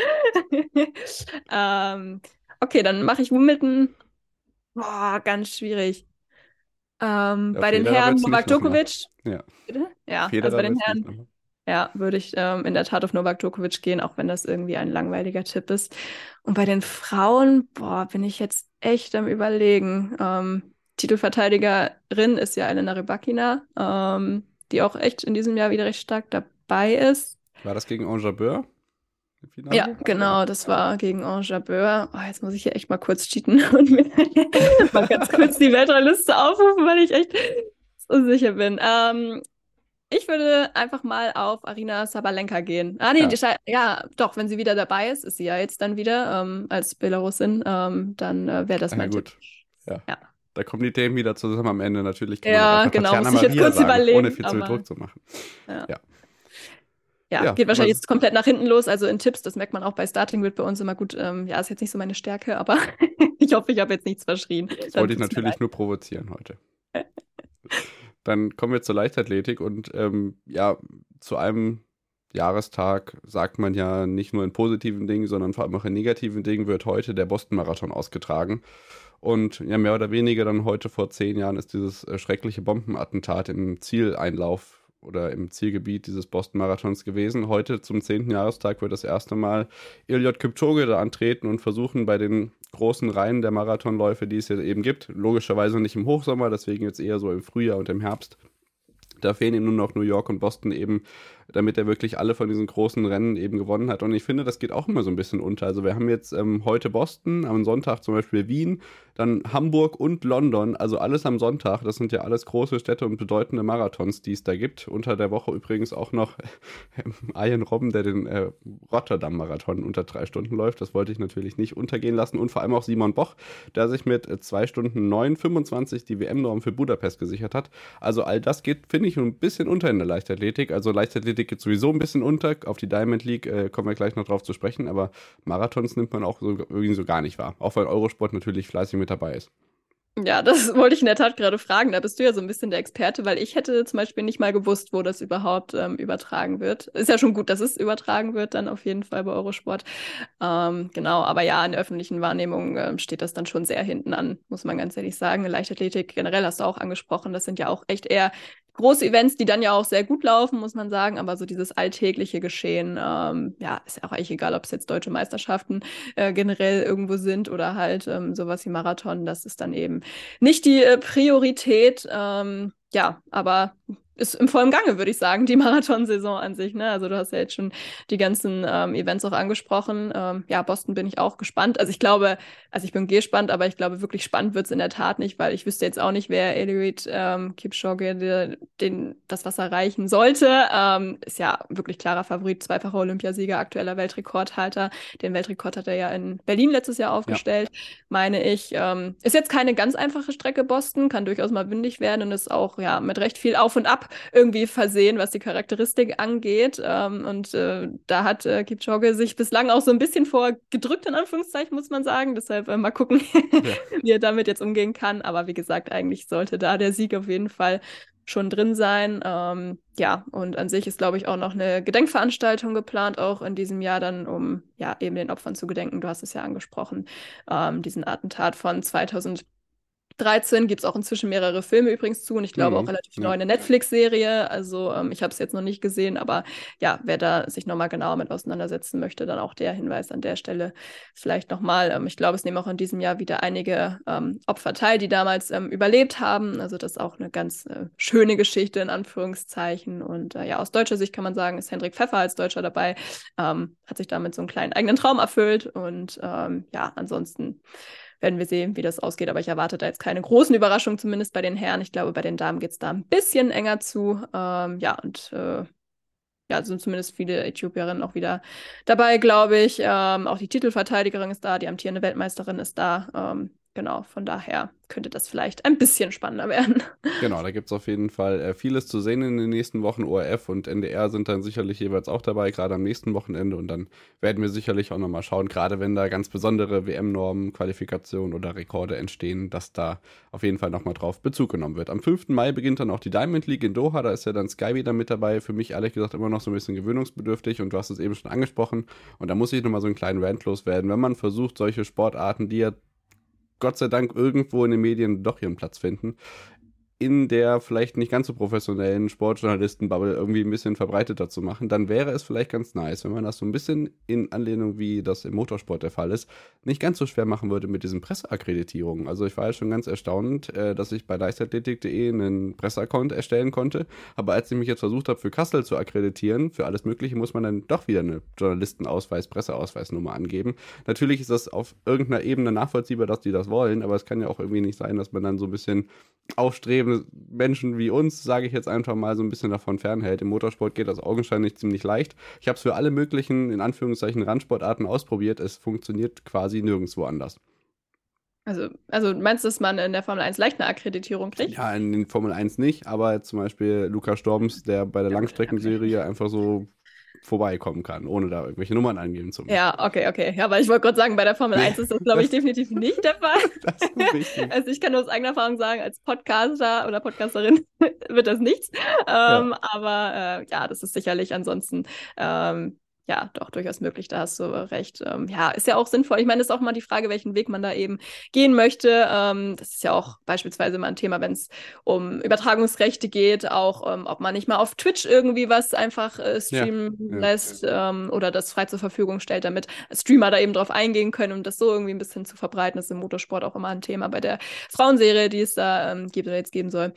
Okay, dann mache ich Wimbledon. Ganz schwierig. Bei den Herren Novak Djokovic.
Ja.
Bitte? Ja, also bei den Herren würde ich in der Tat auf Novak Djokovic gehen, auch wenn das irgendwie ein langweiliger Tipp ist. Und bei den Frauen, bin ich jetzt echt am Überlegen. Titelverteidigerin ist ja Elena Rybakina, die auch echt in diesem Jahr wieder recht stark dabei ist.
War das gegen Ons Jabeur?
Ja, genau, das war gegen Ons Jabeur. Jetzt muss ich hier echt mal kurz cheaten und mir mal ganz kurz die Weltrangliste aufrufen, weil ich echt unsicher bin. Ich würde einfach mal auf Aryna Sabalenka gehen. Doch, wenn sie wieder dabei ist sie ja jetzt dann wieder als Belarusin, dann wäre das mein Tipp.
Ja. Da kommen die Themen wieder zusammen am Ende natürlich.
Ja, genau, muss ich jetzt kurz überlegen.
Ohne viel zu viel Druck zu machen.
Ja, geht wahrscheinlich jetzt komplett nach hinten los. Also in Tipps, das merkt man auch bei Starting wird bei uns immer gut. Ist jetzt nicht so meine Stärke, aber ich hoffe, ich habe jetzt nichts verschrien.
Das wollte ich natürlich nur provozieren heute. Dann kommen wir zur Leichtathletik und zu einem Jahrestag sagt man ja nicht nur in positiven Dingen, sondern vor allem auch in negativen Dingen wird heute der Boston-Marathon ausgetragen. Und mehr oder weniger dann heute vor 10 Jahren ist dieses schreckliche Bombenattentat im Zieleinlauf oder im Zielgebiet dieses Boston-Marathons gewesen. Heute zum 10. Jahrestag wird das erste Mal Eliud Kipchoge da antreten und versuchen bei den großen Reihen der Marathonläufe, die es jetzt eben gibt, logischerweise nicht im Hochsommer, deswegen jetzt eher so im Frühjahr und im Herbst. Da fehlen ihm nur noch New York und Boston eben, damit er wirklich alle von diesen großen Rennen eben gewonnen hat. Und ich finde, das geht auch immer so ein bisschen unter. Also wir haben jetzt heute Boston, am Sonntag zum Beispiel Wien, dann Hamburg und London, also alles am Sonntag. Das sind ja alles große Städte und bedeutende Marathons, die es da gibt. Unter der Woche übrigens auch noch Arjen Robben, der den Rotterdam-Marathon unter 3 Stunden läuft. Das wollte ich natürlich nicht untergehen lassen. Und vor allem auch Simon Boch, der sich mit 2 Stunden 9,25 die WM-Norm für Budapest gesichert hat. Also all das geht, finde ich, ein bisschen unter in der Leichtathletik. Also Leichtathletik geht sowieso ein bisschen unter. Auf die Diamond League kommen wir gleich noch drauf zu sprechen. Aber Marathons nimmt man auch so, irgendwie so gar nicht wahr. Auch weil Eurosport natürlich fleißig mit dabei ist.
Ja, das wollte ich in der Tat gerade fragen. Da bist du ja so ein bisschen der Experte, weil ich hätte zum Beispiel nicht mal gewusst, wo das überhaupt übertragen wird. Ist ja schon gut, dass es übertragen wird, dann auf jeden Fall bei Eurosport. Genau, aber ja, in der öffentlichen Wahrnehmung steht das dann schon sehr hinten an, muss man ganz ehrlich sagen. Leichtathletik generell hast du auch angesprochen, das sind ja auch echt eher große Events, die dann ja auch sehr gut laufen, muss man sagen, aber so dieses alltägliche Geschehen, ja, ist ja auch eigentlich egal, ob es jetzt deutsche Meisterschaften generell irgendwo sind oder halt sowas wie Marathon, das ist dann eben nicht die Priorität, ja, aber ist im vollen Gange, würde ich sagen, die Marathonsaison an sich, ne? Also du hast ja jetzt schon die ganzen Events auch angesprochen. Ja, Boston bin ich auch gespannt. Also ich bin gespannt, aber ich glaube, wirklich spannend wird es in der Tat nicht, weil ich wüsste jetzt auch nicht, wer Eliud Kipchoge das Wasser reichen sollte. Ist ja wirklich klarer Favorit, zweifacher Olympiasieger, aktueller Weltrekordhalter. Den Weltrekord hat er ja in Berlin letztes Jahr aufgestellt, meine ich. Ist jetzt keine ganz einfache Strecke, Boston, kann durchaus mal windig werden und ist auch ja mit recht viel Auf und Ab irgendwie versehen, was die Charakteristik angeht. Da hat Kipchoge sich bislang auch so ein bisschen vorgedrückt, in Anführungszeichen, muss man sagen. Deshalb mal gucken, wie er damit jetzt umgehen kann. Aber wie gesagt, eigentlich sollte da der Sieg auf jeden Fall schon drin sein. Ja, und an sich ist, glaube ich, auch noch eine Gedenkveranstaltung geplant, auch in diesem Jahr dann, um ja eben den Opfern zu gedenken. Du hast es ja angesprochen, diesen Attentat von 2013 gibt es auch inzwischen mehrere Filme übrigens zu und ich glaube auch relativ neu eine Netflix-Serie. Also ich habe es jetzt noch nicht gesehen, aber ja, wer da sich nochmal genauer mit auseinandersetzen möchte, dann auch der Hinweis an der Stelle vielleicht nochmal. Ich glaube, es nehmen auch in diesem Jahr wieder einige Opfer teil, die damals überlebt haben. Also das ist auch eine ganz schöne Geschichte in Anführungszeichen. Und ja, aus deutscher Sicht kann man sagen, ist Hendrik Pfeffer als Deutscher dabei, hat sich damit so einen kleinen eigenen Traum erfüllt und ja, ansonsten werden wir sehen, wie das ausgeht. Aber ich erwarte da jetzt keine großen Überraschungen, zumindest bei den Herren. Ich glaube, bei den Damen geht es da ein bisschen enger zu. Ja, sind zumindest viele Äthiopierinnen auch wieder dabei, glaube ich. Auch die Titelverteidigerin ist da, die amtierende Weltmeisterin ist da. Genau, von daher könnte das vielleicht ein bisschen spannender werden.
Genau, da gibt es auf jeden Fall vieles zu sehen in den nächsten Wochen. ORF und NDR sind dann sicherlich jeweils auch dabei, gerade am nächsten Wochenende. Und dann werden wir sicherlich auch nochmal schauen, gerade wenn da ganz besondere WM-Normen, Qualifikationen oder Rekorde entstehen, dass da auf jeden Fall nochmal drauf Bezug genommen wird. Am 5. Mai beginnt dann auch die Diamond League in Doha. Da ist ja dann Sky wieder mit dabei. Für mich ehrlich gesagt immer noch so ein bisschen gewöhnungsbedürftig. Und du hast es eben schon angesprochen. Und da muss ich nochmal so einen kleinen Rant loswerden. Wenn man versucht, solche Sportarten, die ja Gott sei Dank irgendwo in den Medien doch ihren Platz finden, in der vielleicht nicht ganz so professionellen Sportjournalisten-Bubble irgendwie ein bisschen verbreiteter zu machen, dann wäre es vielleicht ganz nice, wenn man das so ein bisschen in Anlehnung, wie das im Motorsport der Fall ist, nicht ganz so schwer machen würde mit diesen Presseakkreditierungen. Also ich war ja schon ganz erstaunt, dass ich bei leichtathletik.de einen Presseaccount erstellen konnte, aber als ich mich jetzt versucht habe, für Kassel zu akkreditieren, für alles Mögliche, muss man dann doch wieder eine Journalistenausweis, Presseausweisnummer angeben. Natürlich ist das auf irgendeiner Ebene nachvollziehbar, dass die das wollen, aber es kann ja auch irgendwie nicht sein, dass man dann so ein bisschen aufstrebende Menschen wie uns, sage ich jetzt einfach mal, so ein bisschen davon fernhält. Im Motorsport geht das augenscheinlich ziemlich leicht. Ich habe es für alle möglichen, in Anführungszeichen, Randsportarten ausprobiert. Es funktioniert quasi nirgendwo anders.
Also meinst du, dass man in der Formel 1 leicht eine Akkreditierung kriegt?
Ja, in den Formel 1 nicht, aber zum Beispiel Lukas Storms, der bei der Langstreckenserie einfach so vorbeikommen kann, ohne da irgendwelche Nummern angeben zu müssen.
Ja, okay. Ja, weil ich wollte gerade sagen, bei der Formel 1 ist das, glaube ich, definitiv nicht der Fall.
Das ist wichtig.
Also ich kann nur aus eigener Erfahrung sagen, als Podcaster oder Podcasterin wird das nichts. Aber ja, das ist sicherlich ansonsten ja, doch durchaus möglich, da hast du recht. Ja, ist ja auch sinnvoll. Ich meine, ist auch mal die Frage, welchen Weg man da eben gehen möchte. Das ist ja auch beispielsweise mal ein Thema, wenn es um Übertragungsrechte geht, auch ob man nicht mal auf Twitch irgendwie was einfach streamen lässt oder das frei zur Verfügung stellt, damit Streamer da eben drauf eingehen können, um das so irgendwie ein bisschen zu verbreiten. Das ist im Motorsport auch immer ein Thema bei der Frauenserie, die es da gibt oder jetzt geben soll.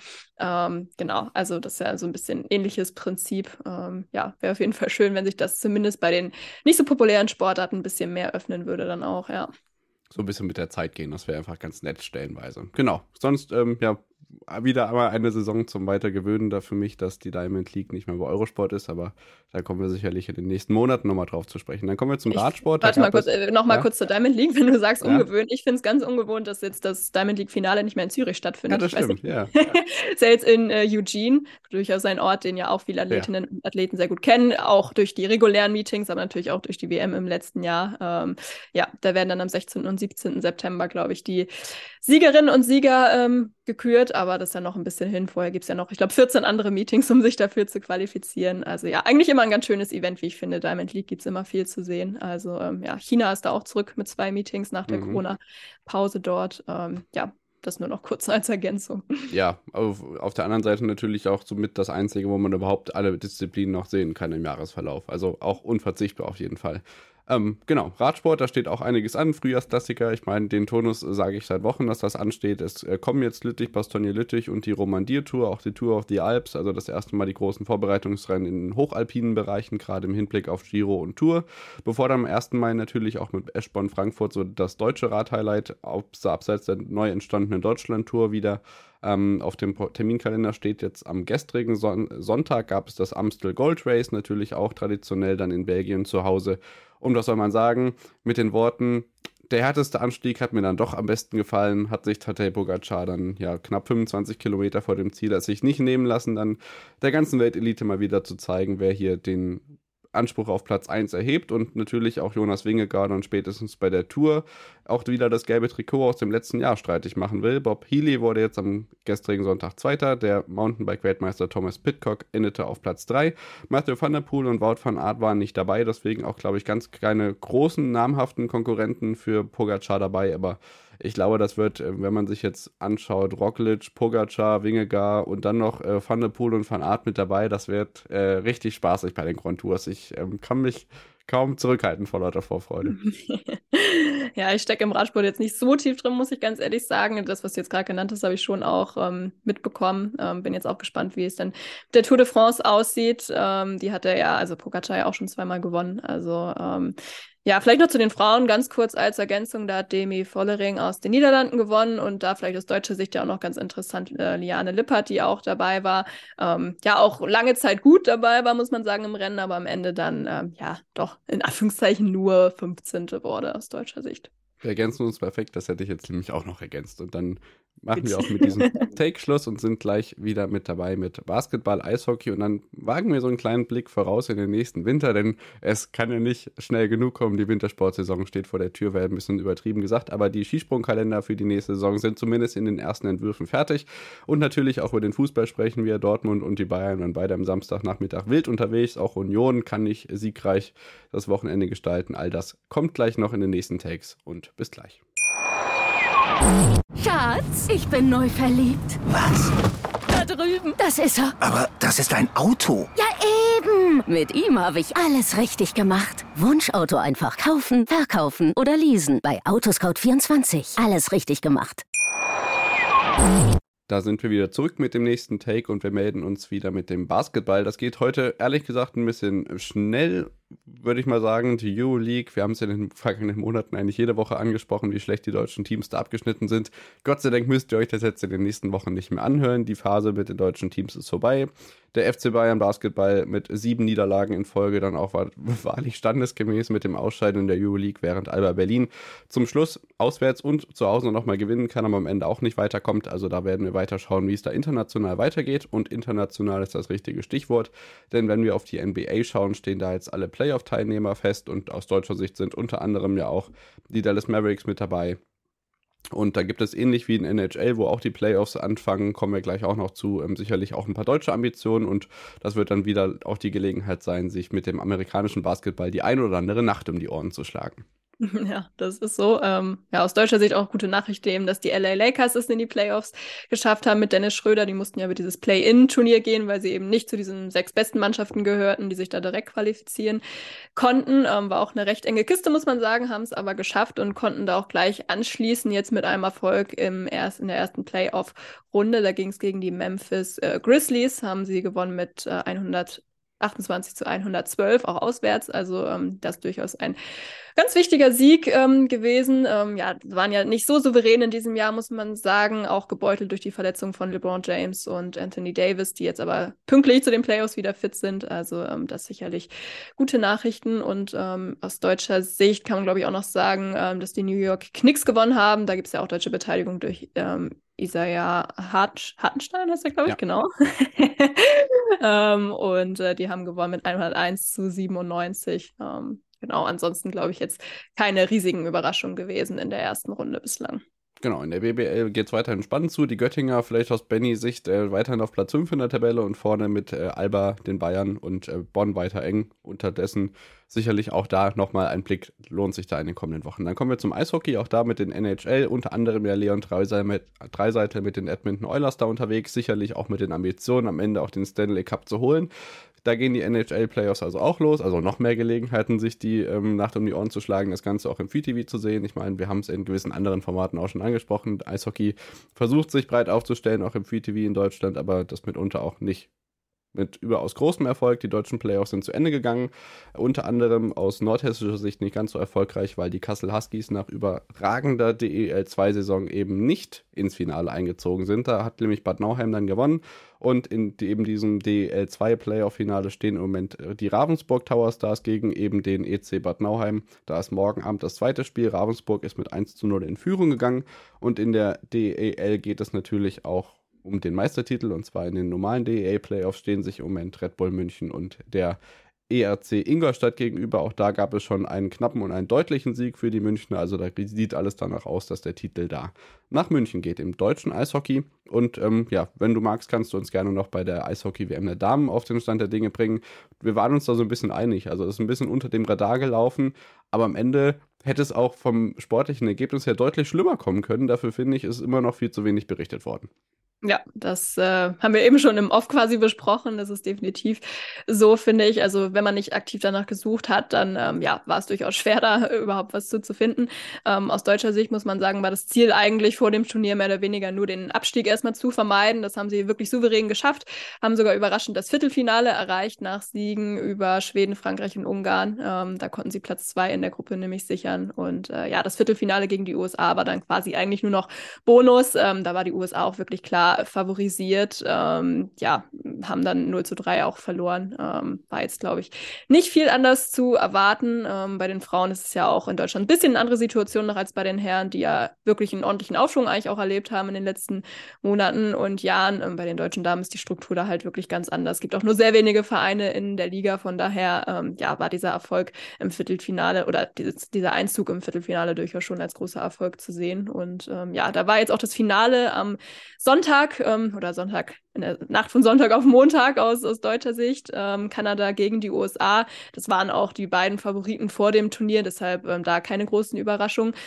Genau, also das ist ja so ein bisschen ähnliches Prinzip. Ja, wäre auf jeden Fall schön, wenn sich das zumindest bei den nicht so populären Sportarten ein bisschen mehr öffnen würde dann auch, ja.
So ein bisschen mit der Zeit gehen, das wäre einfach ganz nett stellenweise. Genau, sonst, ja, wieder einmal eine Saison zum Weitergewöhnen da für mich, dass die Diamond League nicht mehr bei Eurosport ist, aber da kommen wir sicherlich in den nächsten Monaten nochmal drauf zu sprechen. Dann kommen wir zum Radsport.
Warte mal kurz, kurz zur Diamond League, wenn du sagst ungewohnt. Ich finde es ganz ungewohnt, dass jetzt das Diamond League Finale nicht mehr in Zürich stattfindet.
Ja, das stimmt, ja.
Ist ja jetzt in Eugene, durchaus ein Ort, den ja auch viele Athletinnen und Athleten sehr gut kennen, auch durch die regulären Meetings, aber natürlich auch durch die WM im letzten Jahr. Ja, da werden dann am 16. und 17. September, glaube ich, die Siegerinnen und Sieger gekürt, aber das ist ja noch ein bisschen hin. Vorher gibt es ja noch, ich glaube, 14 andere Meetings, um sich dafür zu qualifizieren. Also ja, eigentlich immer ein ganz schönes Event, wie ich finde. Diamond League gibt es immer viel zu sehen. Also ja, China ist da auch zurück mit 2 Meetings nach der Corona-Pause dort. Ja, das nur noch kurz als Ergänzung.
Ja, auf der anderen Seite natürlich auch somit das Einzige, wo man überhaupt alle Disziplinen noch sehen kann im Jahresverlauf. Also auch unverzichtbar auf jeden Fall. Genau, Radsport, da steht auch einiges an, Frühjahrsklassiker, ich meine, den Turnus sage ich seit Wochen, dass das ansteht. Es kommen jetzt Lüttich, Bastogne-Lüttich und die Romandie-Tour, auch die Tour of the Alps, also das erste Mal die großen Vorbereitungsrennen in den hochalpinen Bereichen, gerade im Hinblick auf Giro und Tour. Bevor dann am 1. Mai natürlich auch mit Eschborn-Frankfurt so das deutsche Radhighlight, abseits der neu entstandenen Deutschland-Tour wieder auf dem Terminkalender steht. Jetzt am gestrigen Sonntag gab es das Amstel Gold Race, natürlich auch traditionell dann in Belgien zu Hause. Und was soll man sagen, mit den Worten, der härteste Anstieg hat mir dann doch am besten gefallen, hat sich Tadej Pogačar dann ja knapp 25 Kilometer vor dem Ziel sich nicht nehmen lassen, dann der ganzen Weltelite mal wieder zu zeigen, wer hier den Anspruch auf Platz 1 erhebt und natürlich auch Jonas Vingegaard und spätestens bei der Tour auch wieder das gelbe Trikot aus dem letzten Jahr streitig machen will. Bob Healy wurde jetzt am gestrigen Sonntag Zweiter, der Mountainbike-Weltmeister Thomas Pidcock endete auf Platz 3. Mathieu van der Poel und Wout van Aert waren nicht dabei, deswegen auch, glaube ich, ganz keine großen, namhaften Konkurrenten für Pogačar dabei, aber ich glaube, das wird, wenn man sich jetzt anschaut, Roglic, Pogačar, Vingegaard und dann noch Van der Poel und Van Aert mit dabei, das wird richtig spaßig bei den Grand Tours. Ich kann mich kaum zurückhalten vor lauter Vorfreude.
Ja, ich stecke im Radsport jetzt nicht so tief drin, muss ich ganz ehrlich sagen. Das, was du jetzt gerade genannt hast, habe ich schon auch mitbekommen. Bin jetzt auch gespannt, wie es dann mit der Tour de France aussieht. Die hat also Pogačar ja auch schon 2-mal gewonnen. Also ja, vielleicht noch zu den Frauen ganz kurz als Ergänzung. Da hat Demi Vollering aus den Niederlanden gewonnen und da vielleicht aus deutscher Sicht ja auch noch ganz interessant Liane Lippert, die auch dabei war. Ja, auch lange Zeit gut dabei war, muss man sagen, im Rennen, aber am Ende dann, ja, doch in Anführungszeichen nur 15. wurde aus deutscher Sicht.
Wir ergänzen uns perfekt, das hätte ich jetzt nämlich auch noch ergänzt. Und dann machen wir auch mit diesem Take Schluss und sind gleich wieder mit dabei mit Basketball, Eishockey und dann wagen wir so einen kleinen Blick voraus in den nächsten Winter, denn es kann ja nicht schnell genug kommen. Die Wintersportsaison steht vor der Tür, wäre ein bisschen übertrieben gesagt, aber die Skisprungkalender für die nächste Saison sind zumindest in den ersten Entwürfen fertig und natürlich auch über den Fußball sprechen wir. Dortmund und die Bayern waren beide am Samstagnachmittag wild unterwegs, auch Union kann nicht siegreich das Wochenende gestalten. All das kommt gleich noch in den nächsten Takes und bis gleich.
Schatz, ich bin neu verliebt.
Was?
Da drüben. Das ist er.
Aber das ist ein Auto.
Ja, eben. Mit ihm habe ich alles richtig gemacht. Wunschauto einfach kaufen, verkaufen oder leasen. Bei Autoscout24. Alles richtig gemacht.
Da sind wir wieder zurück mit dem nächsten Take und wir melden uns wieder mit dem Basketball. Das geht heute ehrlich gesagt ein bisschen schnell, würde ich mal sagen. Die Euroleague, wir haben es in den vergangenen Monaten eigentlich jede Woche angesprochen, wie schlecht die deutschen Teams da abgeschnitten sind. Gott sei Dank müsst ihr euch das jetzt in den nächsten Wochen nicht mehr anhören. Die Phase mit den deutschen Teams ist vorbei. Der FC Bayern Basketball mit 7 Niederlagen in Folge dann auch wahrlich standesgemäß mit dem Ausscheiden in der Euroleague, während Alba Berlin zum Schluss auswärts und zu Hause nochmal gewinnen kann, aber am Ende auch nicht weiterkommt. Also da werden wir weiter schauen, wie es da international weitergeht und international ist das richtige Stichwort, denn wenn wir auf die NBA schauen, stehen da jetzt alle Playoff-Teilnehmer fest und aus deutscher Sicht sind unter anderem ja auch die Dallas Mavericks mit dabei. Und da gibt es ähnlich wie in NHL, wo auch die Playoffs anfangen, kommen wir gleich auch noch zu, sicherlich auch ein paar deutsche Ambitionen. Und das wird dann wieder auch die Gelegenheit sein, sich mit dem amerikanischen Basketball die ein oder andere Nacht um die Ohren zu schlagen.
Ja, das ist so. Aus deutscher Sicht auch gute Nachricht eben, dass die LA Lakers es in die Playoffs geschafft haben mit Dennis Schröder. Die mussten ja über dieses Play-In-Turnier gehen, weil sie eben nicht zu diesen 6 besten Mannschaften gehörten, die sich da direkt qualifizieren konnten. War auch eine recht enge Kiste, muss man sagen, haben es aber geschafft und konnten da auch gleich anschließen, jetzt mit einem Erfolg in der ersten Playoff-Runde. Da ging es gegen die Memphis Grizzlies, haben sie gewonnen mit 128-112, auch auswärts. Also das ist durchaus ein ganz wichtiger Sieg gewesen. Waren ja nicht so souverän in diesem Jahr, muss man sagen. Auch gebeutelt durch die Verletzung von LeBron James und Anthony Davis, die jetzt aber pünktlich zu den Playoffs wieder fit sind. Also das sicherlich gute Nachrichten. Und aus deutscher Sicht kann man, glaube ich, auch noch sagen, dass die New York Knicks gewonnen haben. Da gibt es ja auch deutsche Beteiligung durch Isaiah Hartenstein, heißt er, glaube ich, ja. Genau. Und die haben gewonnen mit 101-97. Genau, ansonsten glaube ich jetzt keine riesigen Überraschungen gewesen in der ersten Runde bislang.
Genau, in der BBL geht es weiterhin spannend zu. Die Göttinger vielleicht aus Bennys Sicht weiterhin auf Platz 5 in der Tabelle und vorne mit Alba, den Bayern und Bonn weiter eng. Unterdessen sicherlich auch da nochmal ein Blick, lohnt sich da in den kommenden Wochen. Dann kommen wir zum Eishockey, auch da mit den NHL, unter anderem ja Leon Draisaitl mit den Edmonton Oilers da unterwegs, sicherlich auch mit den Ambitionen, am Ende auch den Stanley Cup zu holen. Da gehen die NHL-Playoffs also auch los, also noch mehr Gelegenheiten, sich die Nacht um die Ohren zu schlagen, das Ganze auch im Free-TV zu sehen. Ich meine, wir haben es in gewissen anderen Formaten auch schon angesprochen. Eishockey versucht sich breit aufzustellen, auch im Free-TV in Deutschland, aber das mitunter auch nicht mit überaus großem Erfolg. Die deutschen Playoffs sind zu Ende gegangen, unter anderem aus nordhessischer Sicht nicht ganz so erfolgreich, weil die Kassel Huskies nach überragender DEL2-Saison eben nicht ins Finale eingezogen sind. Da hat nämlich Bad Nauheim dann gewonnen und in eben diesem DEL2-Playoff-Finale stehen im Moment die Ravensburg Tower Stars gegen eben den EC Bad Nauheim. Da ist morgen Abend das zweite Spiel. Ravensburg ist mit 1-0 in Führung gegangen und in der DEL geht es natürlich auch um den Meistertitel, und zwar in den normalen DEL-Playoffs stehen sich im Moment Red Bull München und der ERC Ingolstadt gegenüber. Auch da gab es schon einen knappen und einen deutlichen Sieg für die Münchner. Also da sieht alles danach aus, dass der Titel da nach München geht im deutschen Eishockey. Und wenn du magst, kannst du uns gerne noch bei der Eishockey-WM der Damen auf den Stand der Dinge bringen. Wir waren uns da so ein bisschen einig. Also es ist ein bisschen unter dem Radar gelaufen, aber am Ende hätte es auch vom sportlichen Ergebnis her deutlich schlimmer kommen können. Dafür finde ich, ist immer noch viel zu wenig berichtet worden.
Ja, das haben wir eben schon im Off quasi besprochen. Das ist definitiv so, finde ich. Also wenn man nicht aktiv danach gesucht hat, dann war es durchaus schwer, da überhaupt was zu finden. Aus deutscher Sicht muss man sagen, war das Ziel eigentlich vor dem Turnier mehr oder weniger nur den Abstieg erstmal zu vermeiden. Das haben sie wirklich souverän geschafft, haben sogar überraschend das Viertelfinale erreicht nach Siegen über Schweden, Frankreich und Ungarn. Da konnten sie Platz 2 in der Gruppe nämlich sichern. Und das Viertelfinale gegen die USA war dann quasi eigentlich nur noch Bonus. Da war die USA auch wirklich klar favorisiert, haben dann 0-3 auch verloren. War jetzt, glaube ich, nicht viel anders zu erwarten. Bei den Frauen ist es ja auch in Deutschland ein bisschen eine andere Situation noch als bei den Herren, die ja wirklich einen ordentlichen Aufschwung eigentlich auch erlebt haben in den letzten Monaten und Jahren. Bei den deutschen Damen ist die Struktur da halt wirklich ganz anders. Es gibt auch nur sehr wenige Vereine in der Liga, von daher war dieser Erfolg im Viertelfinale oder dieser Einzug im Viertelfinale durchaus schon als großer Erfolg zu sehen. Und da war jetzt auch das Finale am Sonntag oder Sonntag, in der Nacht von Sonntag auf Montag aus deutscher Sicht. Kanada gegen die USA. Das waren auch die beiden Favoriten vor dem Turnier, deshalb da keine großen Überraschungen.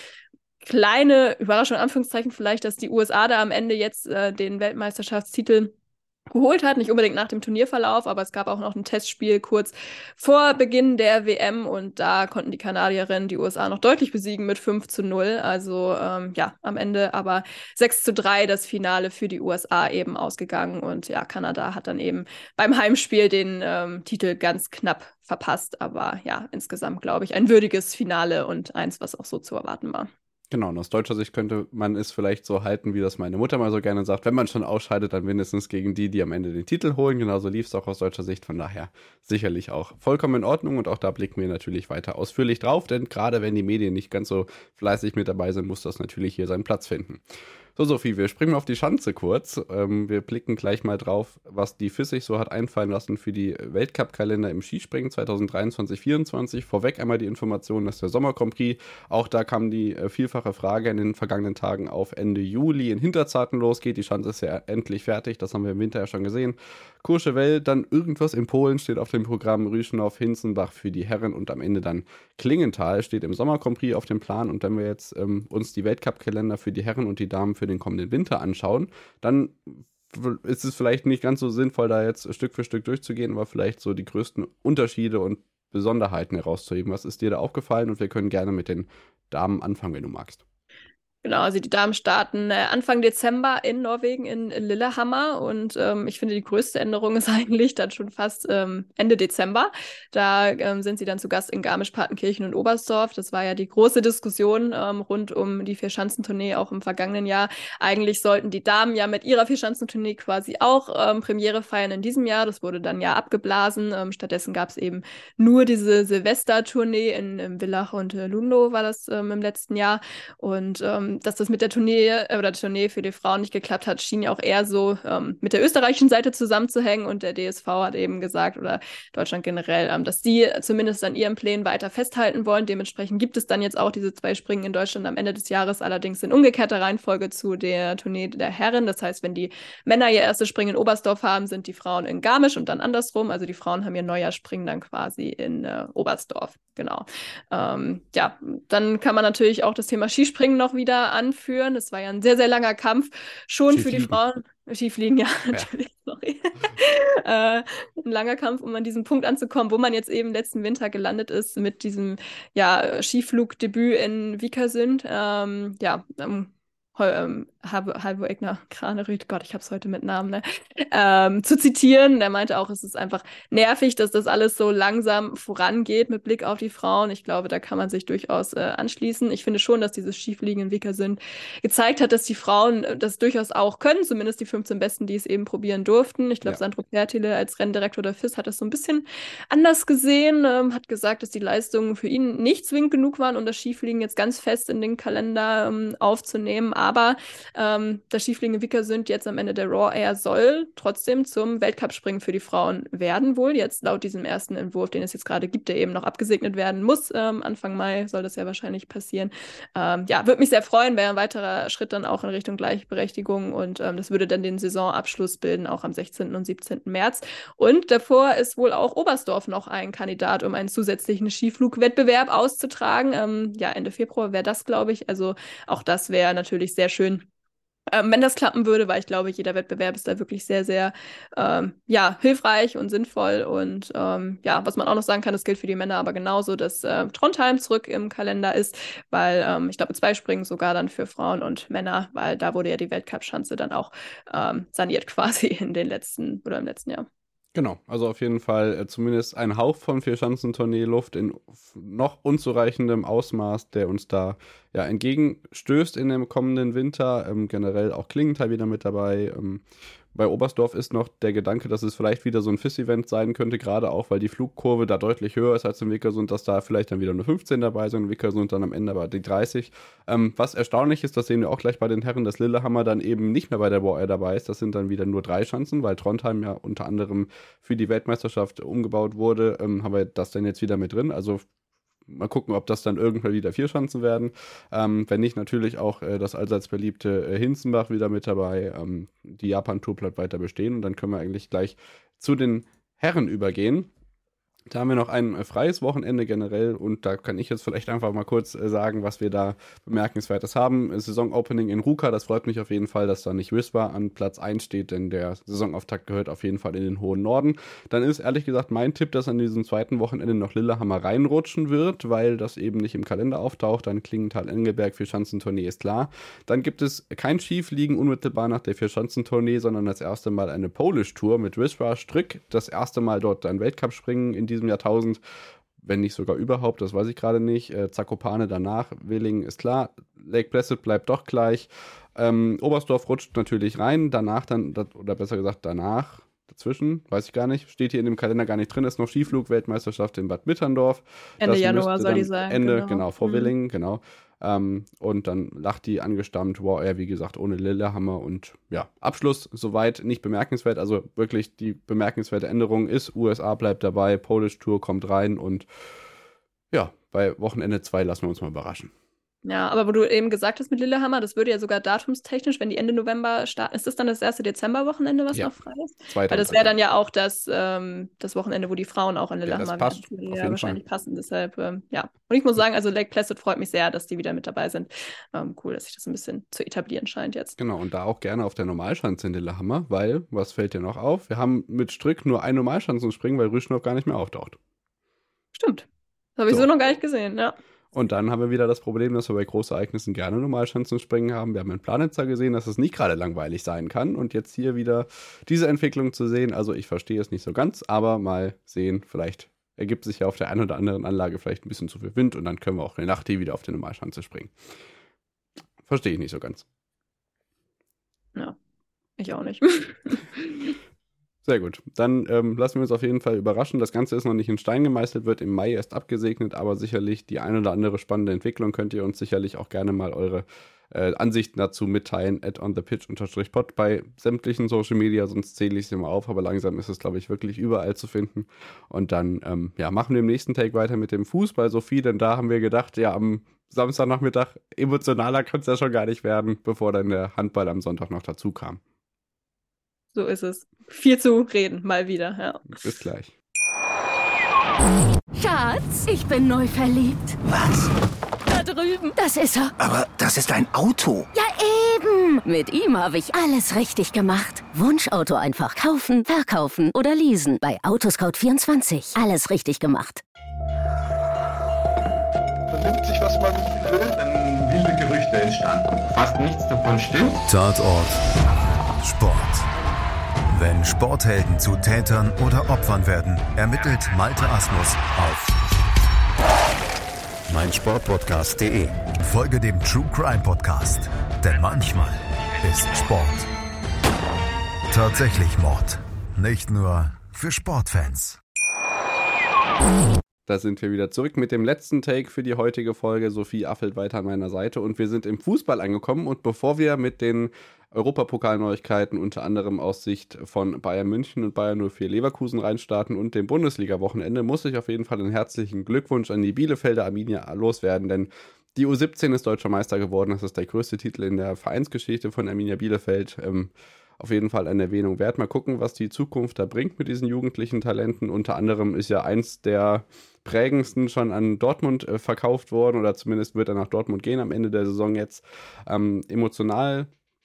Kleine Überraschung, in Anführungszeichen vielleicht, dass die USA da am Ende jetzt den Weltmeisterschaftstitel geholt hat, nicht unbedingt nach dem Turnierverlauf, aber es gab auch noch ein Testspiel kurz vor Beginn der WM und da konnten die Kanadierinnen die USA noch deutlich besiegen mit 5-0, also am Ende aber 6-3 das Finale für die USA eben ausgegangen und Kanada hat dann eben beim Heimspiel den Titel ganz knapp verpasst, aber insgesamt glaube ich ein würdiges Finale und eins, was auch so zu erwarten war.
Genau, und aus deutscher Sicht könnte man es vielleicht so halten, wie das meine Mutter mal so gerne sagt, wenn man schon ausscheidet, dann mindestens gegen die am Ende den Titel holen. Genauso lief es auch aus deutscher Sicht, von daher sicherlich auch vollkommen in Ordnung und auch da blicken wir natürlich weiter ausführlich drauf, denn gerade wenn die Medien nicht ganz so fleißig mit dabei sind, muss das natürlich hier seinen Platz finden. So, Sophie, wir springen auf die Schanze kurz. Wir blicken gleich mal drauf, was die FIS sich so hat einfallen lassen für die Weltcup-Kalender im Skispringen 2023-24. Vorweg einmal die Information, dass der Sommer-Grand Prix, auch da kam die vielfache Frage in den vergangenen Tagen auf Ende Juli in Hinterzarten losgeht. Die Schanze ist ja endlich fertig, das haben wir im Winter ja schon gesehen. Courchevel, dann irgendwas in Polen steht auf dem Programm, Rüschenhof, Hinzenbach für die Herren und am Ende dann Klingenthal steht im Sommer-Grand Prix auf dem Plan. Und wenn wir jetzt uns die Weltcup-Kalender für die Herren und die Damen für den kommenden Winter anschauen, dann ist es vielleicht nicht ganz so sinnvoll, da jetzt Stück für Stück durchzugehen, aber vielleicht so die größten Unterschiede und Besonderheiten herauszuheben. Was ist dir da aufgefallen? Und wir können gerne mit den Damen anfangen, wenn du magst.
Genau, also die Damen starten Anfang Dezember in Norwegen in Lillehammer und ich finde, die größte Änderung ist eigentlich dann schon fast Ende Dezember. Da sind sie dann zu Gast in Garmisch-Partenkirchen und Oberstdorf. Das war ja die große Diskussion rund um die Vierschanzentournee auch im vergangenen Jahr. Eigentlich sollten die Damen ja mit ihrer Vierschanzentournee quasi auch Premiere feiern in diesem Jahr. Das wurde dann ja abgeblasen. Stattdessen gab es eben nur diese Silvestertournee in Villach und Lunlo war das im letzten Jahr. Und dass das mit der Tournee für die Frauen nicht geklappt hat, schien ja auch eher so mit der österreichischen Seite zusammenzuhängen. Und der DSV hat eben gesagt, oder Deutschland generell, dass die zumindest an ihren Plänen weiter festhalten wollen. Dementsprechend gibt es dann jetzt auch diese 2 Springen in Deutschland am Ende des Jahres, allerdings in umgekehrter Reihenfolge zu der Tournee der Herren. Das heißt, wenn die Männer ihr erstes Springen in Oberstdorf haben, sind die Frauen in Garmisch und dann andersrum. Also die Frauen haben ihr Neujahrspringen dann quasi in Oberstdorf. Genau. Ja, dann kann man natürlich auch das Thema Skispringen noch wieder anführen. Es war ja ein sehr, sehr langer Kampf, schon für die Frauen. Skifliegen, ja, natürlich, sorry. Ein langer Kampf, um an diesen Punkt anzukommen, wo man jetzt eben letzten Winter gelandet ist mit diesem Skiflugdebüt in Vikersund. Halvo Egner Kranerüth, Gott, ich hab's heute mit Namen, ne? Zu zitieren. Der meinte auch, es ist einfach nervig, dass das alles so langsam vorangeht mit Blick auf die Frauen. Ich glaube, da kann man sich durchaus anschließen. Ich finde schon, dass dieses Skifliegen in Vikersund gezeigt hat, dass die Frauen das durchaus auch können, zumindest die 15 Besten, die es eben probieren durften. Ich glaube, Sandro Pertile als Renndirektor der FIS hat das so ein bisschen anders gesehen, hat gesagt, dass die Leistungen für ihn nicht zwingend genug waren, um das Skifliegen jetzt ganz fest in den Kalender aufzunehmen. Aber das Skifliegen in Vikersund jetzt am Ende der Raw Air soll trotzdem zum Weltcup-Springen für die Frauen werden wohl. Jetzt laut diesem ersten Entwurf, den es jetzt gerade gibt, der eben noch abgesegnet werden muss. Anfang Mai soll das ja wahrscheinlich passieren. Würde mich sehr freuen, wäre ein weiterer Schritt dann auch in Richtung Gleichberechtigung und das würde dann den Saisonabschluss bilden, auch am 16. und 17. März. Und davor ist wohl auch Oberstdorf noch ein Kandidat, um einen zusätzlichen Skiflugwettbewerb auszutragen. Ende Februar wäre das, glaube ich. Also auch das wäre natürlich sehr schön, wenn das klappen würde, weil ich glaube, jeder Wettbewerb ist da wirklich sehr, sehr hilfreich und sinnvoll. Und was man auch noch sagen kann, das gilt für die Männer aber genauso, dass Trondheim zurück im Kalender ist, weil ich glaube, 2 Springen sogar dann für Frauen und Männer, weil da wurde ja die Weltcup-Schanze dann auch saniert quasi im letzten Jahr.
Genau, also auf jeden Fall zumindest ein Hauch von Vierschanzentournee-Luft in noch unzureichendem Ausmaß, der uns da entgegenstößt in dem kommenden Winter. Generell auch Klingenthal wieder mit dabei. Bei Oberstdorf ist noch der Gedanke, dass es vielleicht wieder so ein FIS-Event sein könnte, gerade auch, weil die Flugkurve da deutlich höher ist als in Vikersund, dass da vielleicht dann wieder nur 15 dabei sind, in Vikersund dann am Ende aber die 30. Was erstaunlich ist, das sehen wir auch gleich bei den Herren, dass Lillehammer dann eben nicht mehr bei der Raw Air dabei ist. Das sind dann wieder nur 3 Schanzen, weil Trondheim ja unter anderem für die Weltmeisterschaft umgebaut wurde, haben wir das dann jetzt wieder mit drin. Also mal gucken, ob das dann irgendwann wieder 4 Schanzen werden. Wenn nicht, natürlich auch das allseits beliebte Hinzenbach wieder mit dabei. Die Japan-Tour bleibt weiter bestehen und dann können wir eigentlich gleich zu den Herren übergehen. Da haben wir noch ein freies Wochenende generell und da kann ich jetzt vielleicht einfach mal kurz sagen, was wir da Bemerkenswertes haben. Saisonopening in Ruka, das freut mich auf jeden Fall, dass da nicht Wiswa an Platz 1 steht, denn der Saisonauftakt gehört auf jeden Fall in den hohen Norden. Dann ist ehrlich gesagt mein Tipp, dass an diesem zweiten Wochenende noch Lillehammer reinrutschen wird, weil das eben nicht im Kalender auftaucht. Dann Klingenthal-Engelberg, Vierschanzentournee ist klar. Dann gibt es kein Skifliegen unmittelbar nach der Vierschanzentournee, sondern das erste Mal eine Polish-Tour mit Wiswa Stryk. Das erste Mal dort ein Weltcup-Springen in diesem Jahrtausend, wenn nicht sogar überhaupt, das weiß ich gerade nicht. Zakopane danach, Willingen ist klar, Lake Placid bleibt doch gleich. Oberstdorf rutscht natürlich rein, danach dann, oder besser gesagt danach, dazwischen, weiß ich gar nicht, steht hier in dem Kalender gar nicht drin, ist noch Skiflug-Weltmeisterschaft in Bad Mitterndorf.
Ende Januar soll die sein.
Genau, vor Willingen, genau. Und dann Lahti angestammt, wow, wie gesagt, ohne Lillehammer. Und ja, Abschluss soweit nicht bemerkenswert. Also wirklich die bemerkenswerte Änderung ist, USA bleibt dabei, Polish Tour kommt rein und ja, bei Wochenende 2 lassen wir uns mal überraschen.
Ja, aber wo du eben gesagt hast mit Lillehammer, das würde ja sogar datumstechnisch, wenn die Ende November starten, ist das dann das erste Dezemberwochenende, was noch frei ist? Weil das wäre dann ja auch das Wochenende, wo die Frauen auch in Lillehammer
das passt,
werden. Ja, wahrscheinlich passen, deshalb, ja. Und ich muss sagen, also Lake Placid freut mich sehr, dass die wieder mit dabei sind. Cool, dass sich das ein bisschen zu etablieren scheint jetzt.
Genau, und da auch gerne auf der Normalschanze in Lillehammer, weil, was fällt dir noch auf? Wir haben mit Strick nur ein Normalschanzenspringen, weil Rüschnow gar nicht mehr auftaucht.
Stimmt. Das habe ich so noch gar nicht gesehen, ja.
Und dann haben wir wieder das Problem, dass wir bei Großereignissen gerne Normalschanzenspringen haben. Wir haben in Planitzer gesehen, dass es nicht gerade langweilig sein kann. Und jetzt hier wieder diese Entwicklung zu sehen, also ich verstehe es nicht so ganz, aber mal sehen, vielleicht ergibt sich ja auf der einen oder anderen Anlage vielleicht ein bisschen zu viel Wind und dann können wir auch in der Nacht hier wieder auf die Normalschanze springen. Verstehe ich nicht so ganz.
Ja, ich auch nicht.
Sehr gut. Dann lassen wir uns auf jeden Fall überraschen. Das Ganze ist noch nicht in Stein gemeißelt, wird im Mai erst abgesegnet, aber sicherlich die ein oder andere spannende Entwicklung könnt ihr uns sicherlich auch gerne mal eure Ansichten dazu mitteilen, @onthepitch_pod bei sämtlichen Social Media, sonst zähle ich sie mal auf, aber langsam ist es, glaube ich, wirklich überall zu finden. Und dann machen wir im nächsten Take weiter mit dem Fußball, Sophie, denn da haben wir gedacht, ja, am Samstagnachmittag emotionaler könnte es ja schon gar nicht werden, bevor dann der Handball am Sonntag noch dazu kam.
So ist es. Viel zu reden, mal wieder, ja.
Bis gleich.
Schatz, ich bin neu verliebt.
Was?
Da drüben. Das ist er.
Aber das ist ein Auto.
Ja, eben. Mit ihm habe ich alles richtig gemacht. Wunschauto einfach kaufen, verkaufen oder leasen. Bei Autoscout24. Alles richtig gemacht.
Man nimmt sich, was man will. Dann wilde Gerüchte entstanden. Fast nichts davon stimmt.
Tatort Sport. Wenn Sporthelden zu Tätern oder Opfern werden, ermittelt Malte Asmus auf meinsportpodcast.de. Folge dem True Crime Podcast, denn manchmal ist Sport tatsächlich Mord. Nicht nur für Sportfans.
Da sind wir wieder zurück mit dem letzten Take für die heutige Folge. Sophie affelt weiter an meiner Seite und wir sind im Fußball angekommen. Und bevor wir mit den Europapokalneuigkeiten unter anderem aus Sicht von Bayern München und Bayern 04 Leverkusen reinstarten und dem Bundesliga-Wochenende, muss ich auf jeden Fall einen herzlichen Glückwunsch an die Bielefelder Arminia loswerden, denn die U17 ist deutscher Meister geworden. Das ist der größte Titel in der Vereinsgeschichte von Arminia Bielefeld. Auf jeden Fall eine Erwähnung wert. Mal gucken, was die Zukunft da bringt mit diesen jugendlichen Talenten. Unter anderem ist ja eins der prägendsten schon an Dortmund verkauft worden oder zumindest wird er nach Dortmund gehen am Ende der Saison jetzt. Emotional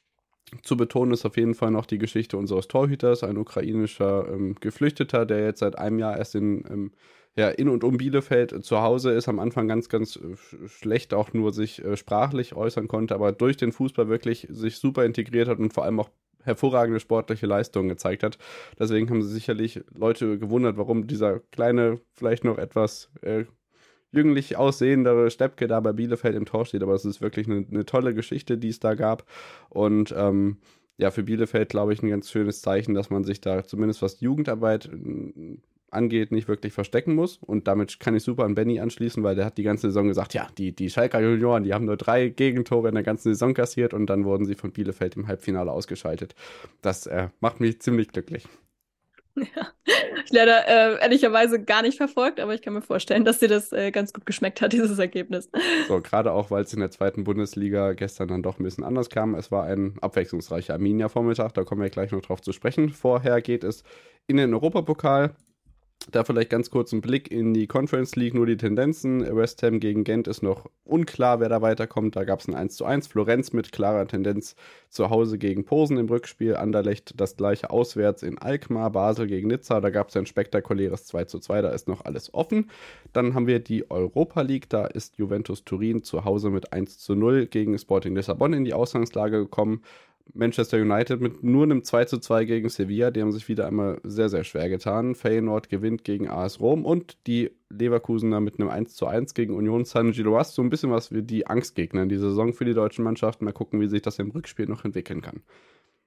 zu betonen ist auf jeden Fall noch die Geschichte unseres Torhüters, ein ukrainischer Geflüchteter, der jetzt seit einem Jahr erst in und um Bielefeld zu Hause ist, am Anfang ganz, ganz schlecht auch nur sich sprachlich äußern konnte, aber durch den Fußball wirklich sich super integriert hat und vor allem auch hervorragende sportliche Leistungen gezeigt hat. Deswegen haben sich sicherlich Leute gewundert, warum dieser kleine, vielleicht noch etwas jünglich aussehendere Steppke da bei Bielefeld im Tor steht, aber es ist wirklich eine tolle Geschichte, die es da gab und für Bielefeld, glaube ich, ein ganz schönes Zeichen, dass man sich da zumindest was Jugendarbeit angeht, nicht wirklich verstecken muss. Und damit kann ich super an Benny anschließen, weil der hat die ganze Saison gesagt, ja, die Schalker Junioren, die haben nur 3 Gegentore in der ganzen Saison kassiert und dann wurden sie von Bielefeld im Halbfinale ausgeschaltet. Das macht mich ziemlich glücklich.
Ja, ich leider ehrlicherweise gar nicht verfolgt, aber ich kann mir vorstellen, dass dir das ganz gut geschmeckt hat, dieses Ergebnis.
So, gerade auch, weil es in der 2. Bundesliga gestern dann doch ein bisschen anders kam. Es war ein abwechslungsreicher Arminia-Vormittag, da kommen wir gleich noch drauf zu sprechen. Vorher geht es in den Europapokal. Da vielleicht ganz kurz ein Blick in die Conference League, nur die Tendenzen. West Ham gegen Gent ist noch unklar, wer da weiterkommt. Da gab es ein 1:1. Florenz mit klarer Tendenz zu Hause gegen Posen im Rückspiel. Anderlecht das gleiche auswärts in Alkmaar. Basel gegen Nizza. Da gab es ein spektakuläres 2:2. Da ist noch alles offen. Dann haben wir die Europa League. Da ist Juventus Turin zu Hause mit 1:0 gegen Sporting Lissabon in die Ausgangslage gekommen. Manchester United mit nur einem 2:2 gegen Sevilla, die haben sich wieder einmal sehr, sehr schwer getan. Feyenoord gewinnt gegen AS Rom und die Leverkusener mit einem 1:1 gegen Union Saint-Gilloise. So ein bisschen was wie die Angstgegner in dieser Saison für die deutschen Mannschaften. Mal gucken, wie sich das im Rückspiel noch entwickeln kann.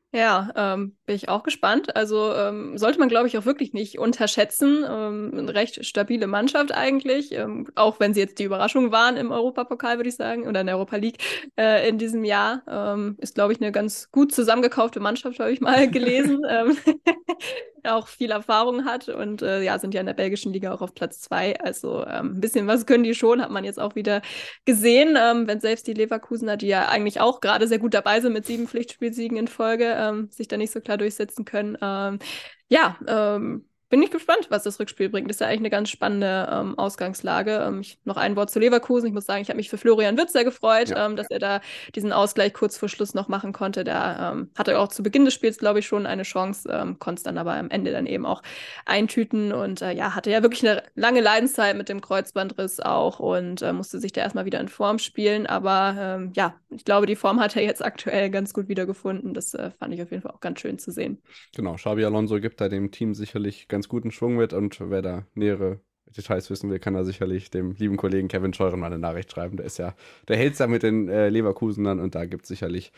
Ja, bin ich auch gespannt. Also sollte man, glaube ich, auch wirklich nicht unterschätzen. Eine recht stabile Mannschaft eigentlich, auch wenn sie jetzt die Überraschung waren im Europapokal, würde ich sagen, oder in der Europa League in diesem Jahr. Ist, glaube ich, eine ganz gut zusammengekaufte Mannschaft, habe ich mal gelesen. Auch viel Erfahrung hat und ja, sind ja in der belgischen Liga auch auf Platz 2. Also ein bisschen was können die schon, hat man jetzt auch wieder gesehen, wenn selbst die Leverkusener, die ja eigentlich auch gerade sehr gut dabei sind mit 7 Pflichtspielsiegen in Folge, sich da nicht so klar durchsetzen können. Ja, bin ich gespannt, was das Rückspiel bringt. Das ist ja eigentlich eine ganz spannende Ausgangslage. Noch ein Wort zu Leverkusen. Ich muss sagen, ich habe mich für Florian Wirtz sehr gefreut, dass er da diesen Ausgleich kurz vor Schluss noch machen konnte. Da hatte er auch zu Beginn des Spiels, glaube ich, schon eine Chance, konnte es dann aber am Ende dann eben auch eintüten und ja, hatte ja wirklich eine lange Leidenszeit mit dem Kreuzbandriss auch und musste sich da erstmal wieder in Form spielen. Aber ja, ich glaube, die Form hat er jetzt aktuell ganz gut wiedergefunden. Das fand ich auf jeden Fall auch ganz schön zu sehen.
Genau, Xabi Alonso gibt da dem Team sicherlich ganz guten Schwung mit und wer da nähere Details wissen will, kann da sicherlich dem lieben Kollegen Kevin Scheuren mal eine Nachricht schreiben. Der hält's ja mit den Leverkusenern und da gibt es sicherlich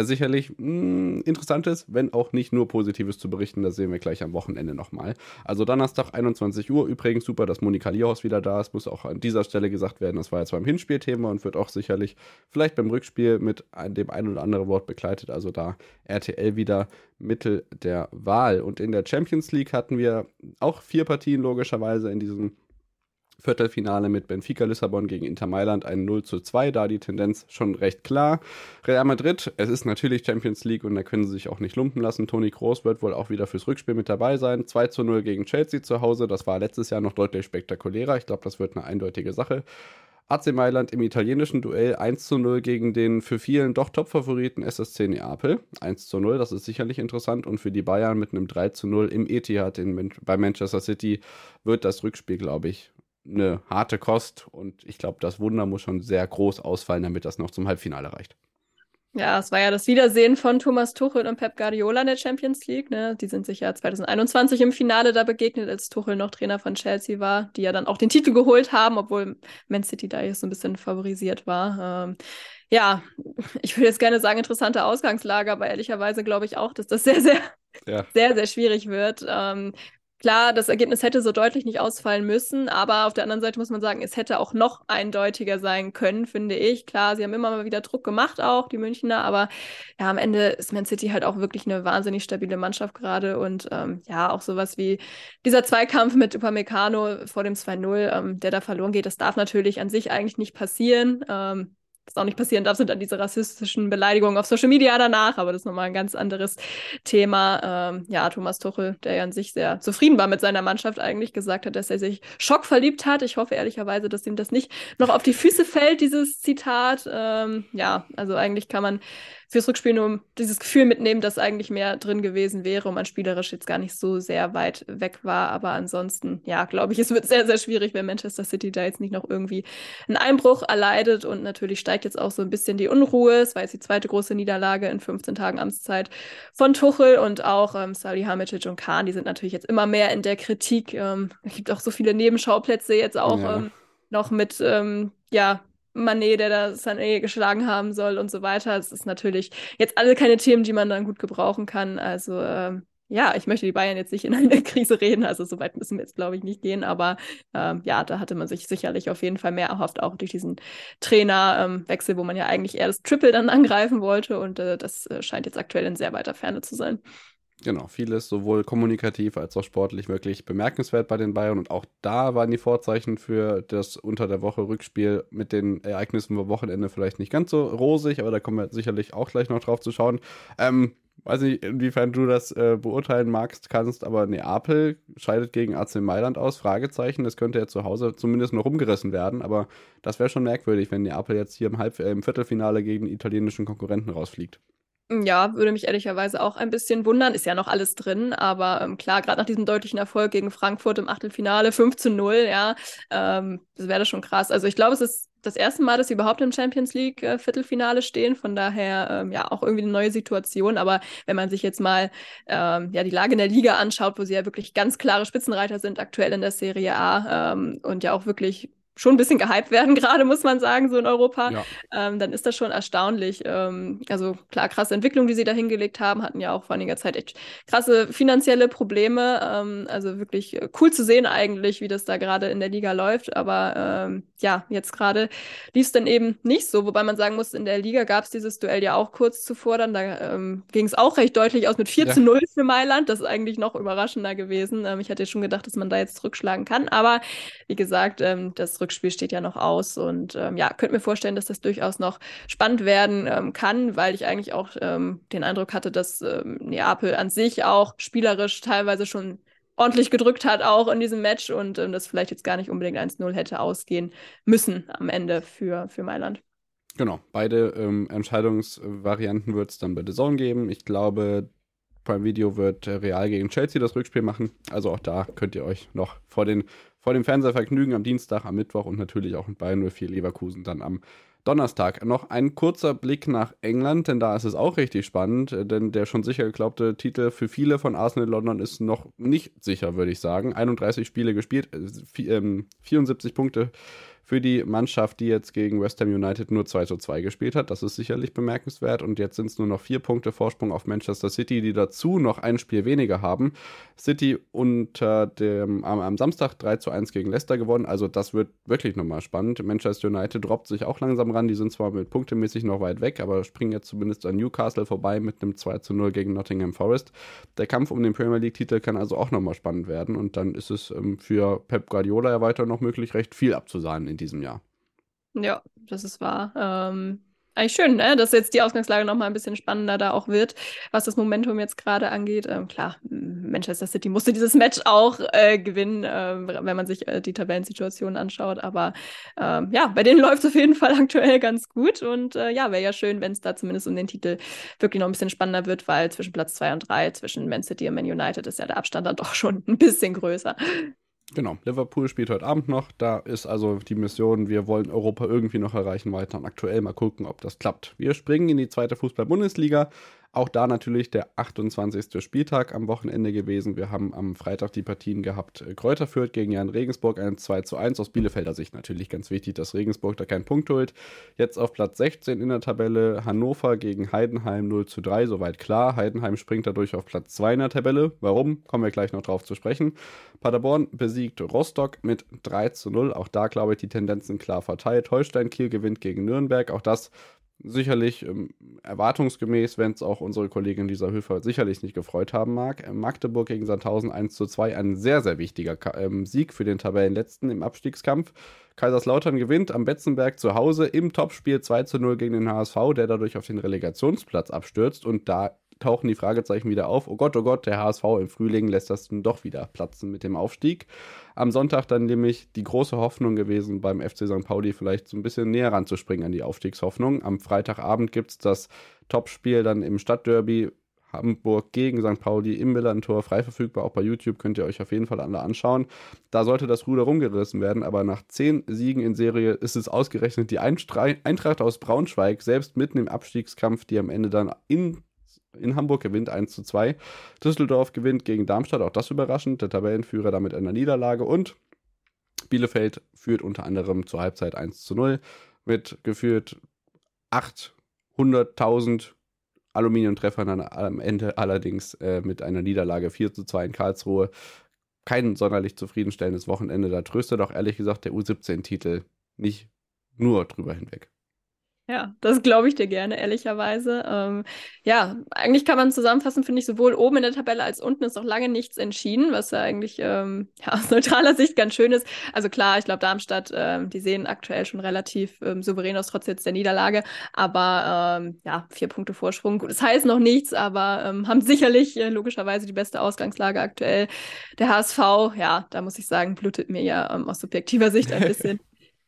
Interessantes, wenn auch nicht nur Positives zu berichten. Das sehen wir gleich am Wochenende nochmal. Also Donnerstag 21 Uhr. Übrigens super, dass Monika Lierhaus wieder da ist. Muss auch an dieser Stelle gesagt werden, das war jetzt beim Hinspielthema und wird auch sicherlich vielleicht beim Rückspiel mit dem ein oder anderen Wort begleitet. Also da RTL wieder Mittel der Wahl. Und in der Champions League hatten wir auch 4 Partien logischerweise in diesem Viertelfinale mit Benfica Lissabon gegen Inter Mailand, ein 0:2, da die Tendenz schon recht klar. Real Madrid, es ist natürlich Champions League und da können sie sich auch nicht lumpen lassen. Toni Kroos wird wohl auch wieder fürs Rückspiel mit dabei sein. 2:0 gegen Chelsea zu Hause, das war letztes Jahr noch deutlich spektakulärer. Ich glaube, das wird eine eindeutige Sache. AC Mailand im italienischen Duell 1:0 gegen den für vielen doch Top-Favoriten SSC Neapel. 1:0, das ist sicherlich interessant. Und für die Bayern mit einem 3:0 im Etihad bei Manchester City wird das Rückspiel, glaube ich, eine harte Kost. Und ich glaube, das Wunder muss schon sehr groß ausfallen, damit das noch zum Halbfinale reicht.
Ja, es war ja das Wiedersehen von Thomas Tuchel und Pep Guardiola in der Champions League. Ne? Die sind sich ja 2021 im Finale da begegnet, als Tuchel noch Trainer von Chelsea war, die ja dann auch den Titel geholt haben, obwohl Man City da jetzt so ein bisschen favorisiert war. Ja, ich würde jetzt gerne sagen, interessante Ausgangslage, aber ehrlicherweise glaube ich auch, dass das sehr, sehr schwierig wird. Klar, das Ergebnis hätte so deutlich nicht ausfallen müssen, aber auf der anderen Seite muss man sagen, es hätte auch noch eindeutiger sein können, finde ich. Klar, sie haben immer mal wieder Druck gemacht, auch die Münchner, aber ja, am Ende ist Man City halt auch wirklich eine wahnsinnig stabile Mannschaft gerade und ja, auch sowas wie dieser Zweikampf mit Upamecano vor dem 2:0, der da verloren geht, das darf natürlich an sich eigentlich nicht passieren. Was auch nicht passieren darf, sind dann diese rassistischen Beleidigungen auf Social Media danach, aber das ist nochmal ein ganz anderes Thema. Ja, Thomas Tuchel, der ja an sich sehr zufrieden war mit seiner Mannschaft, eigentlich gesagt hat, dass er sich schockverliebt hat. Ich hoffe ehrlicherweise, dass ihm das nicht noch auf die Füße fällt, dieses Zitat. Ja, also eigentlich kann man fürs Rückspiel nur dieses Gefühl mitnehmen, dass eigentlich mehr drin gewesen wäre und man spielerisch jetzt gar nicht so sehr weit weg war. Aber ansonsten, ja, glaube ich, es wird sehr, sehr schwierig, wenn Manchester City da jetzt nicht noch irgendwie einen Einbruch erleidet. Und natürlich steigt jetzt auch so ein bisschen die Unruhe. Es war jetzt die zweite große Niederlage in 15 Tagen Amtszeit von Tuchel und auch Salihamidzic und Kahn, die sind natürlich jetzt immer mehr in der Kritik. Es gibt auch so viele Nebenschauplätze jetzt auch noch mit, ja, Mané, der da Sané geschlagen haben soll und so weiter. Es ist natürlich jetzt alle keine Themen, die man dann gut gebrauchen kann. Also ja, ich möchte die Bayern jetzt nicht in eine Krise reden, also so weit müssen wir jetzt, glaube ich, nicht gehen, aber ja, da hatte man sich sicherlich auf jeden Fall mehr erhofft, auch durch diesen Trainerwechsel, wo man ja eigentlich eher das Triple dann angreifen wollte und das scheint jetzt aktuell in sehr weiter Ferne zu sein.
Genau, vieles sowohl kommunikativ als auch sportlich wirklich bemerkenswert bei den Bayern und auch da waren die Vorzeichen für das unter der Woche Rückspiel mit den Ereignissen am Wochenende vielleicht nicht ganz so rosig, aber da kommen wir sicherlich auch gleich noch drauf zu schauen. Weiß nicht, inwiefern du das beurteilen kannst, aber Neapel scheidet gegen AC Mailand aus, Fragezeichen, das könnte ja zu Hause zumindest noch rumgerissen werden, aber das wäre schon merkwürdig, wenn Neapel jetzt hier im Viertelfinale gegen den italienischen Konkurrenten rausfliegt.
Ja, würde mich ehrlicherweise auch ein bisschen wundern. Ist ja noch alles drin, aber klar, gerade nach diesem deutlichen Erfolg gegen Frankfurt im Achtelfinale, 5:0, ja, das wäre schon krass. Also ich glaube, es ist das erste Mal, dass sie überhaupt im Champions League Viertelfinale stehen, von daher ja auch irgendwie eine neue Situation, aber wenn man sich jetzt mal ja die Lage in der Liga anschaut, wo sie ja wirklich ganz klare Spitzenreiter sind aktuell in der Serie A und ja auch wirklich schon ein bisschen gehypt werden, gerade muss man sagen, so in Europa,
Ja.
dann ist das schon erstaunlich. Also klar, krasse Entwicklung, die sie da hingelegt haben, hatten ja auch vor einiger Zeit echt krasse finanzielle Probleme. Also wirklich cool zu sehen eigentlich, wie das da gerade in der Liga läuft. Aber ja, jetzt gerade lief es dann eben nicht so. Wobei man sagen muss, in der Liga gab es dieses Duell ja auch kurz zuvor. Dann da ging es auch recht deutlich aus mit 4:0 für Mailand. Das ist eigentlich noch überraschender gewesen. Ich hatte ja schon gedacht, dass man da jetzt zurückschlagen kann. Aber wie gesagt, das Rückspiel steht ja noch aus. Und ja, könnte mir vorstellen, dass das durchaus noch spannend werden kann, weil ich eigentlich auch den Eindruck hatte, dass Neapel an sich auch spielerisch teilweise schon ordentlich gedrückt hat, auch in diesem Match und das vielleicht jetzt gar nicht unbedingt 1:0 hätte ausgehen müssen am Ende für Mailand.
Genau, beide Entscheidungsvarianten wird es dann bei The Zone geben. Ich glaube, Prime Video wird Real gegen Chelsea das Rückspiel machen. Also auch da könnt ihr euch noch vor dem Fernseher vergnügen am Dienstag, am Mittwoch und natürlich auch mit Bayern 04 Leverkusen dann am Donnerstag. Noch ein kurzer Blick nach England, denn da ist es auch richtig spannend, denn der schon sicher geglaubte Titel für viele von Arsenal London ist noch nicht sicher, würde ich sagen. 31 Spiele gespielt, 74 Punkte für die Mannschaft, die jetzt gegen West Ham United nur 2:2 gespielt hat. Das ist sicherlich bemerkenswert und jetzt sind es nur noch 4 Punkte Vorsprung auf Manchester City, die dazu noch ein Spiel weniger haben. City am Samstag 3:1 gegen Leicester gewonnen, also das wird wirklich nochmal spannend. Manchester United robbt sich auch langsam ran, die sind zwar mit punktemäßig noch weit weg, aber springen jetzt zumindest an Newcastle vorbei mit einem 2:0 gegen Nottingham Forest. Der Kampf um den Premier League-Titel kann also auch nochmal spannend werden und dann ist es für Pep Guardiola ja weiter noch möglich, recht viel abzusahnen in diesem Jahr.
Ja, das ist wahr. Eigentlich schön, ne? Dass jetzt die Ausgangslage noch mal ein bisschen spannender da auch wird, was das Momentum jetzt gerade angeht. Klar, Manchester City musste dieses Match auch gewinnen, wenn man sich die Tabellensituation anschaut. Aber ja, bei denen läuft es auf jeden Fall aktuell ganz gut. Und ja, wäre ja schön, wenn es da zumindest um den Titel wirklich noch ein bisschen spannender wird, weil zwischen Platz 2 und 3, zwischen Man City und Man United, ist ja der Abstand dann doch schon ein bisschen größer.
Genau, Liverpool spielt heute Abend noch. Da ist also die Mission, wir wollen Europa irgendwie noch erreichen weiter und aktuell mal gucken, ob das klappt. Wir springen in die zweite Fußball-Bundesliga. Auch da natürlich der 28. Spieltag am Wochenende gewesen. Wir haben am Freitag die Partien gehabt. Kräuter Fürth gegen Jan Regensburg, ein 2:1. Aus Bielefelder Sicht natürlich ganz wichtig, dass Regensburg da keinen Punkt holt. Jetzt auf Platz 16 in der Tabelle Hannover gegen Heidenheim 0:3. Soweit klar. Heidenheim springt dadurch auf Platz 2 in der Tabelle. Warum? Kommen wir gleich noch drauf zu sprechen. Paderborn besiegt Rostock mit 3:0. Auch da, glaube ich, die Tendenzen klar verteilt. Holstein Kiel gewinnt gegen Nürnberg. Auch das sicherlich erwartungsgemäß, wenn es auch unsere Kollegin Lisa Höfer sicherlich nicht gefreut haben mag. Magdeburg gegen Sandhausen 1:2, ein sehr, sehr wichtiger Sieg für den Tabellenletzten im Abstiegskampf. Kaiserslautern gewinnt am Betzenberg zu Hause im Topspiel 2:0 gegen den HSV, der dadurch auf den Relegationsplatz abstürzt und da tauchen die Fragezeichen wieder auf. Oh Gott, der HSV im Frühling lässt das dann doch wieder platzen mit dem Aufstieg. Am Sonntag dann nämlich die große Hoffnung gewesen, beim FC St. Pauli vielleicht so ein bisschen näher ranzuspringen an die Aufstiegshoffnung. Am Freitagabend gibt es das Topspiel dann im Stadtderby Hamburg gegen St. Pauli im Millerntor, frei verfügbar, auch bei YouTube, könnt ihr euch auf jeden Fall alle anschauen. Da sollte das Ruder rumgerissen werden, aber nach 10 Siegen in Serie ist es ausgerechnet die Eintracht aus Braunschweig, selbst mitten im Abstiegskampf, die am Ende dann in Hamburg gewinnt 1:2. Düsseldorf gewinnt gegen Darmstadt, auch das überraschend. Der Tabellenführer damit einer Niederlage. Und Bielefeld führt unter anderem zur Halbzeit 1:0 mit geführt 800.000 Aluminiumtreffern am Ende, allerdings mit einer Niederlage 4:2 in Karlsruhe. Kein sonderlich zufriedenstellendes Wochenende. Da tröstet auch ehrlich gesagt der U17-Titel nicht nur drüber hinweg.
Ja, das glaube ich dir gerne, ehrlicherweise. Ja, eigentlich kann man zusammenfassen, finde ich, sowohl oben in der Tabelle als unten ist noch lange nichts entschieden, was ja eigentlich ja, aus neutraler Sicht ganz schön ist. Also klar, ich glaube, Darmstadt, die sehen aktuell schon relativ souverän aus, trotz jetzt der Niederlage. Aber ja, 4 Punkte Vorsprung. Gut, das heißt noch nichts, aber haben sicherlich logischerweise die beste Ausgangslage aktuell. Der HSV, ja, da muss ich sagen, blutet mir ja aus subjektiver Sicht ein bisschen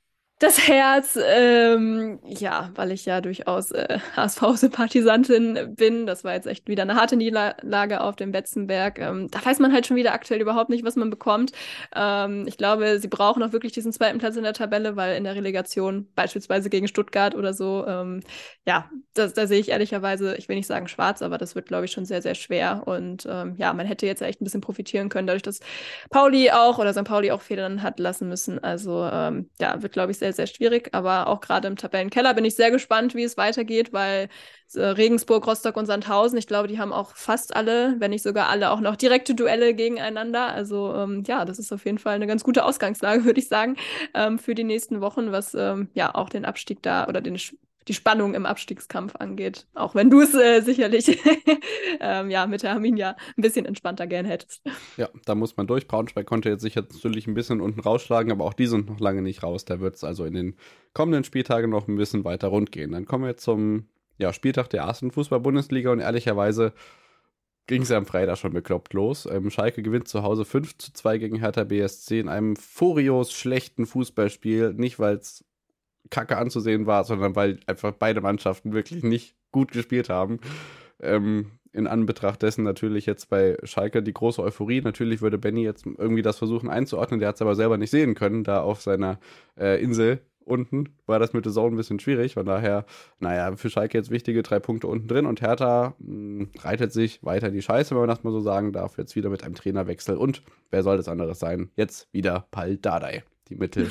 Das Herz, ja, weil ich ja durchaus HSV-Sympathisantin bin. Das war jetzt echt wieder eine harte Niederlage auf dem Betzenberg. Da weiß man halt schon wieder aktuell überhaupt nicht, was man bekommt. Ich glaube, sie brauchen auch wirklich diesen zweiten Platz in der Tabelle, weil in der Relegation, beispielsweise gegen Stuttgart oder so, ja, da sehe ich ehrlicherweise, ich will nicht sagen schwarz, aber das wird, glaube ich, schon sehr, sehr schwer. Und ja, man hätte jetzt echt ein bisschen profitieren können, dadurch, dass St. Pauli auch Federn hat lassen müssen. Also ja, wird, glaube ich, sehr, sehr schwierig. Aber auch gerade im Tabellenkeller bin ich sehr gespannt, wie es weitergeht, weil Regensburg, Rostock und Sandhausen, ich glaube, die haben auch fast alle, wenn nicht sogar alle, auch noch direkte Duelle gegeneinander. Also ja, das ist auf jeden Fall eine ganz gute Ausgangslage, würde ich sagen, für die nächsten Wochen, was ja auch den Abstieg da oder die Spannung im Abstiegskampf angeht. Auch wenn du es sicherlich ja, mit der Arminia ein bisschen entspannter gern hättest.
Ja, da muss man durch. Braunschweig konnte jetzt sicher natürlich ein bisschen unten rausschlagen, aber auch die sind noch lange nicht raus. Da wird es also in den kommenden Spieltagen noch ein bisschen weiter rund gehen. Dann kommen wir jetzt zum Spieltag der ersten Fußball-Bundesliga und ehrlicherweise ging es ja am Freitag schon bekloppt los. Schalke gewinnt zu Hause 5-2 gegen Hertha BSC in einem furios schlechten Fußballspiel. Nicht, weil es kacke anzusehen war, sondern weil einfach beide Mannschaften wirklich nicht gut gespielt haben. In Anbetracht dessen natürlich jetzt bei Schalke die große Euphorie. Natürlich würde Benny jetzt irgendwie das versuchen einzuordnen, der hat es aber selber nicht sehen können, da auf seiner Insel unten war das mit der Zone ein bisschen schwierig, von daher, für Schalke jetzt wichtige 3 Punkte unten drin und Hertha reitet sich weiter in die Scheiße, wenn man das mal so sagen darf, jetzt wieder mit einem Trainerwechsel und wer soll das anderes sein? Jetzt wieder Pal Dardai, die Mittel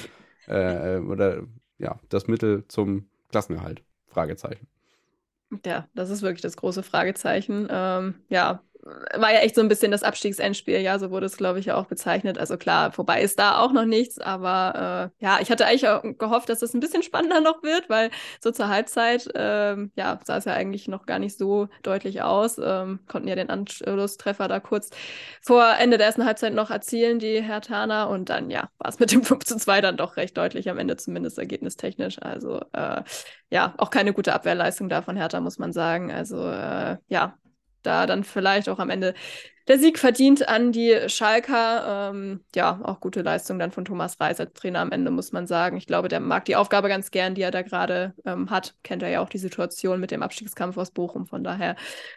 das Mittel zum Klassenerhalt, Fragezeichen.
Ja, das ist wirklich das große Fragezeichen. Ja, war ja echt so ein bisschen das Abstiegsendspiel, ja, so wurde es, glaube ich, ja auch bezeichnet. Also klar, vorbei ist da auch noch nichts, aber ja, ich hatte eigentlich auch gehofft, dass es ein bisschen spannender noch wird, weil so zur Halbzeit, ja, sah es ja eigentlich noch gar nicht so deutlich aus, konnten ja den Anschlusstreffer da kurz vor Ende der ersten Halbzeit noch erzielen, die Herthaner, und dann, ja, war es mit dem 5-2 dann doch recht deutlich am Ende, zumindest ergebnistechnisch. Also, ja, auch keine gute Abwehrleistung da von Hertha, muss man sagen. Also, ja, da dann vielleicht auch am Ende der Sieg verdient an die Schalker. Ja, auch gute Leistung dann von Thomas Reis als Trainer am Ende, muss man sagen. Ich glaube, der mag die Aufgabe ganz gern, die er da gerade hat. Kennt er ja auch die Situation mit dem Abstiegskampf aus Bochum. Von daher,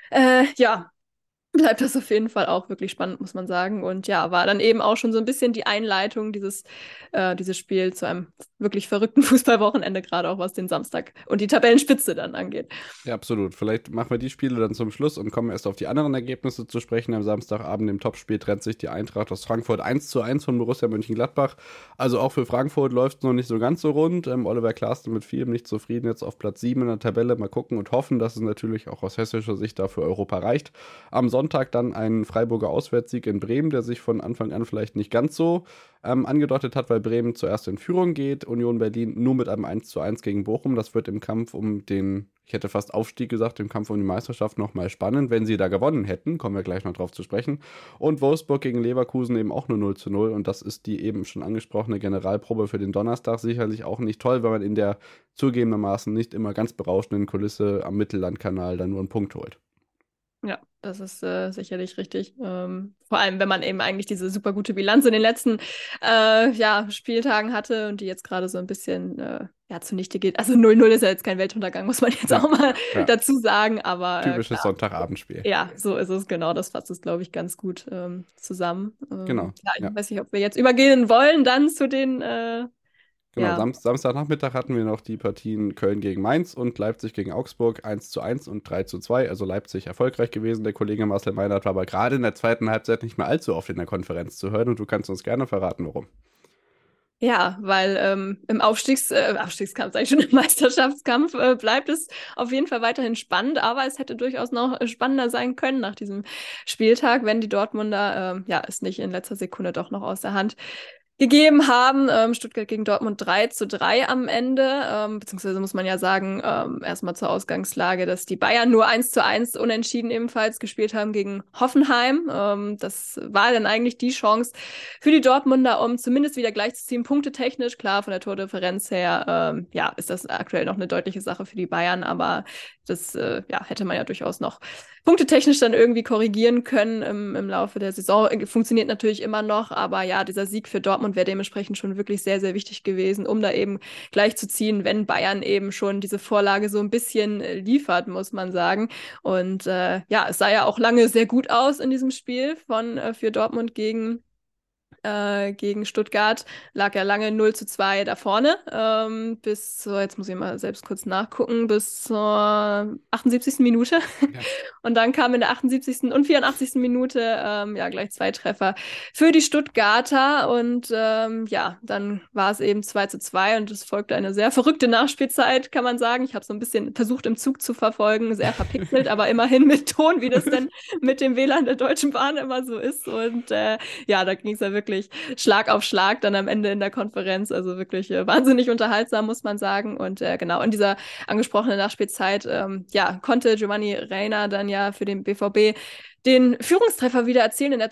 ja, bleibt das auf jeden Fall auch wirklich spannend, muss man sagen. Und ja, war dann eben auch schon so ein bisschen die Einleitung dieses Spiel zu einem wirklich verrückten Fußballwochenende, gerade auch was den Samstag und die Tabellenspitze dann angeht.
Ja, absolut. Vielleicht machen wir die Spiele dann zum Schluss und kommen erst auf die anderen Ergebnisse zu sprechen. Am Samstagabend im Topspiel trennt sich die Eintracht aus Frankfurt 1-1 von Borussia Mönchengladbach. Also auch für Frankfurt läuft es noch nicht so ganz so rund. Oliver Glasner mit vielem nicht zufrieden, jetzt auf Platz 7 in der Tabelle. Mal gucken und hoffen, dass es natürlich auch aus hessischer Sicht dafür Europa reicht. Am Sonntag dann ein Freiburger Auswärtssieg in Bremen, der sich von Anfang an vielleicht nicht ganz so angedeutet hat, weil Bremen zuerst in Führung geht. Union Berlin nur mit einem 1-1 gegen Bochum. Das wird im Kampf um den, ich hätte fast Aufstieg gesagt, im Kampf um die Meisterschaft nochmal spannend, wenn sie da gewonnen hätten. Kommen wir gleich noch drauf zu sprechen. Und Wolfsburg gegen Leverkusen eben auch nur 0-0. Und das ist die eben schon angesprochene Generalprobe für den Donnerstag. Sicherlich auch nicht toll, wenn man in der zugegebenermaßen nicht immer ganz berauschenden Kulisse am Mittellandkanal dann nur einen Punkt holt.
Ja, das ist sicherlich richtig. Vor allem, wenn man eben eigentlich diese super gute Bilanz in den letzten Spieltagen hatte und die jetzt gerade so ein bisschen zunichte geht. Also 0-0 ist ja jetzt kein Weltuntergang, muss man jetzt auch mal dazu sagen. Aber
typisches Sonntagabendspiel.
Ja, so ist es, genau. Das fasst es, glaube ich, ganz gut zusammen.
Genau.
Ich weiß nicht, ob wir jetzt übergehen wollen dann zu den
Genau, Samstagnachmittag hatten wir noch die Partien Köln gegen Mainz und Leipzig gegen Augsburg 1-1 und 3-2. Also Leipzig erfolgreich gewesen. Der Kollege Marcel Meinert war aber gerade in der zweiten Halbzeit nicht mehr allzu oft in der Konferenz zu hören und du kannst uns gerne verraten, warum.
Ja, weil im Abstiegskampf, sag ich schon, im Meisterschaftskampf bleibt es auf jeden Fall weiterhin spannend, aber es hätte durchaus noch spannender sein können nach diesem Spieltag, wenn die Dortmunder es nicht in letzter Sekunde doch noch aus der Hand gegeben haben. Stuttgart gegen Dortmund 3-3 am Ende, beziehungsweise muss man ja sagen, erstmal zur Ausgangslage, dass die Bayern nur 1-1 unentschieden ebenfalls gespielt haben gegen Hoffenheim. Das war dann eigentlich die Chance für die Dortmunder, um zumindest wieder gleichzuziehen, punktetechnisch. Klar, von der Tordifferenz her, ist das aktuell noch eine deutliche Sache für die Bayern, aber das hätte man ja durchaus noch punktetechnisch dann irgendwie korrigieren können im Laufe der Saison. Funktioniert natürlich immer noch, aber ja, dieser Sieg für Dortmund wäre dementsprechend schon wirklich sehr, sehr wichtig gewesen, um da eben gleich zu ziehen, wenn Bayern eben schon diese Vorlage so ein bisschen liefert, muss man sagen. Und ja, es sah ja auch lange sehr gut aus in diesem Spiel für Dortmund gegen Stuttgart, lag ja lange 0:2 da vorne, bis zur, jetzt muss ich mal selbst kurz nachgucken, bis zur 78. Minute. Ja. Und dann kam in der 78. und 84. Minute ja gleich 2 Treffer für die Stuttgarter und ja, dann war es eben 2:2 und es folgte eine sehr verrückte Nachspielzeit, kann man sagen. Ich habe so ein bisschen versucht im Zug zu verfolgen, sehr verpixelt, aber immerhin mit Ton, wie das denn mit dem WLAN der Deutschen Bahn immer so ist. Und ja, da ging es ja wirklich Schlag auf Schlag dann am Ende in der Konferenz. Also wirklich wahnsinnig unterhaltsam, muss man sagen. Und genau, in dieser angesprochenen Nachspielzeit ja, konnte Giovanni Reina dann ja für den BVB den Führungstreffer wieder erzielen in der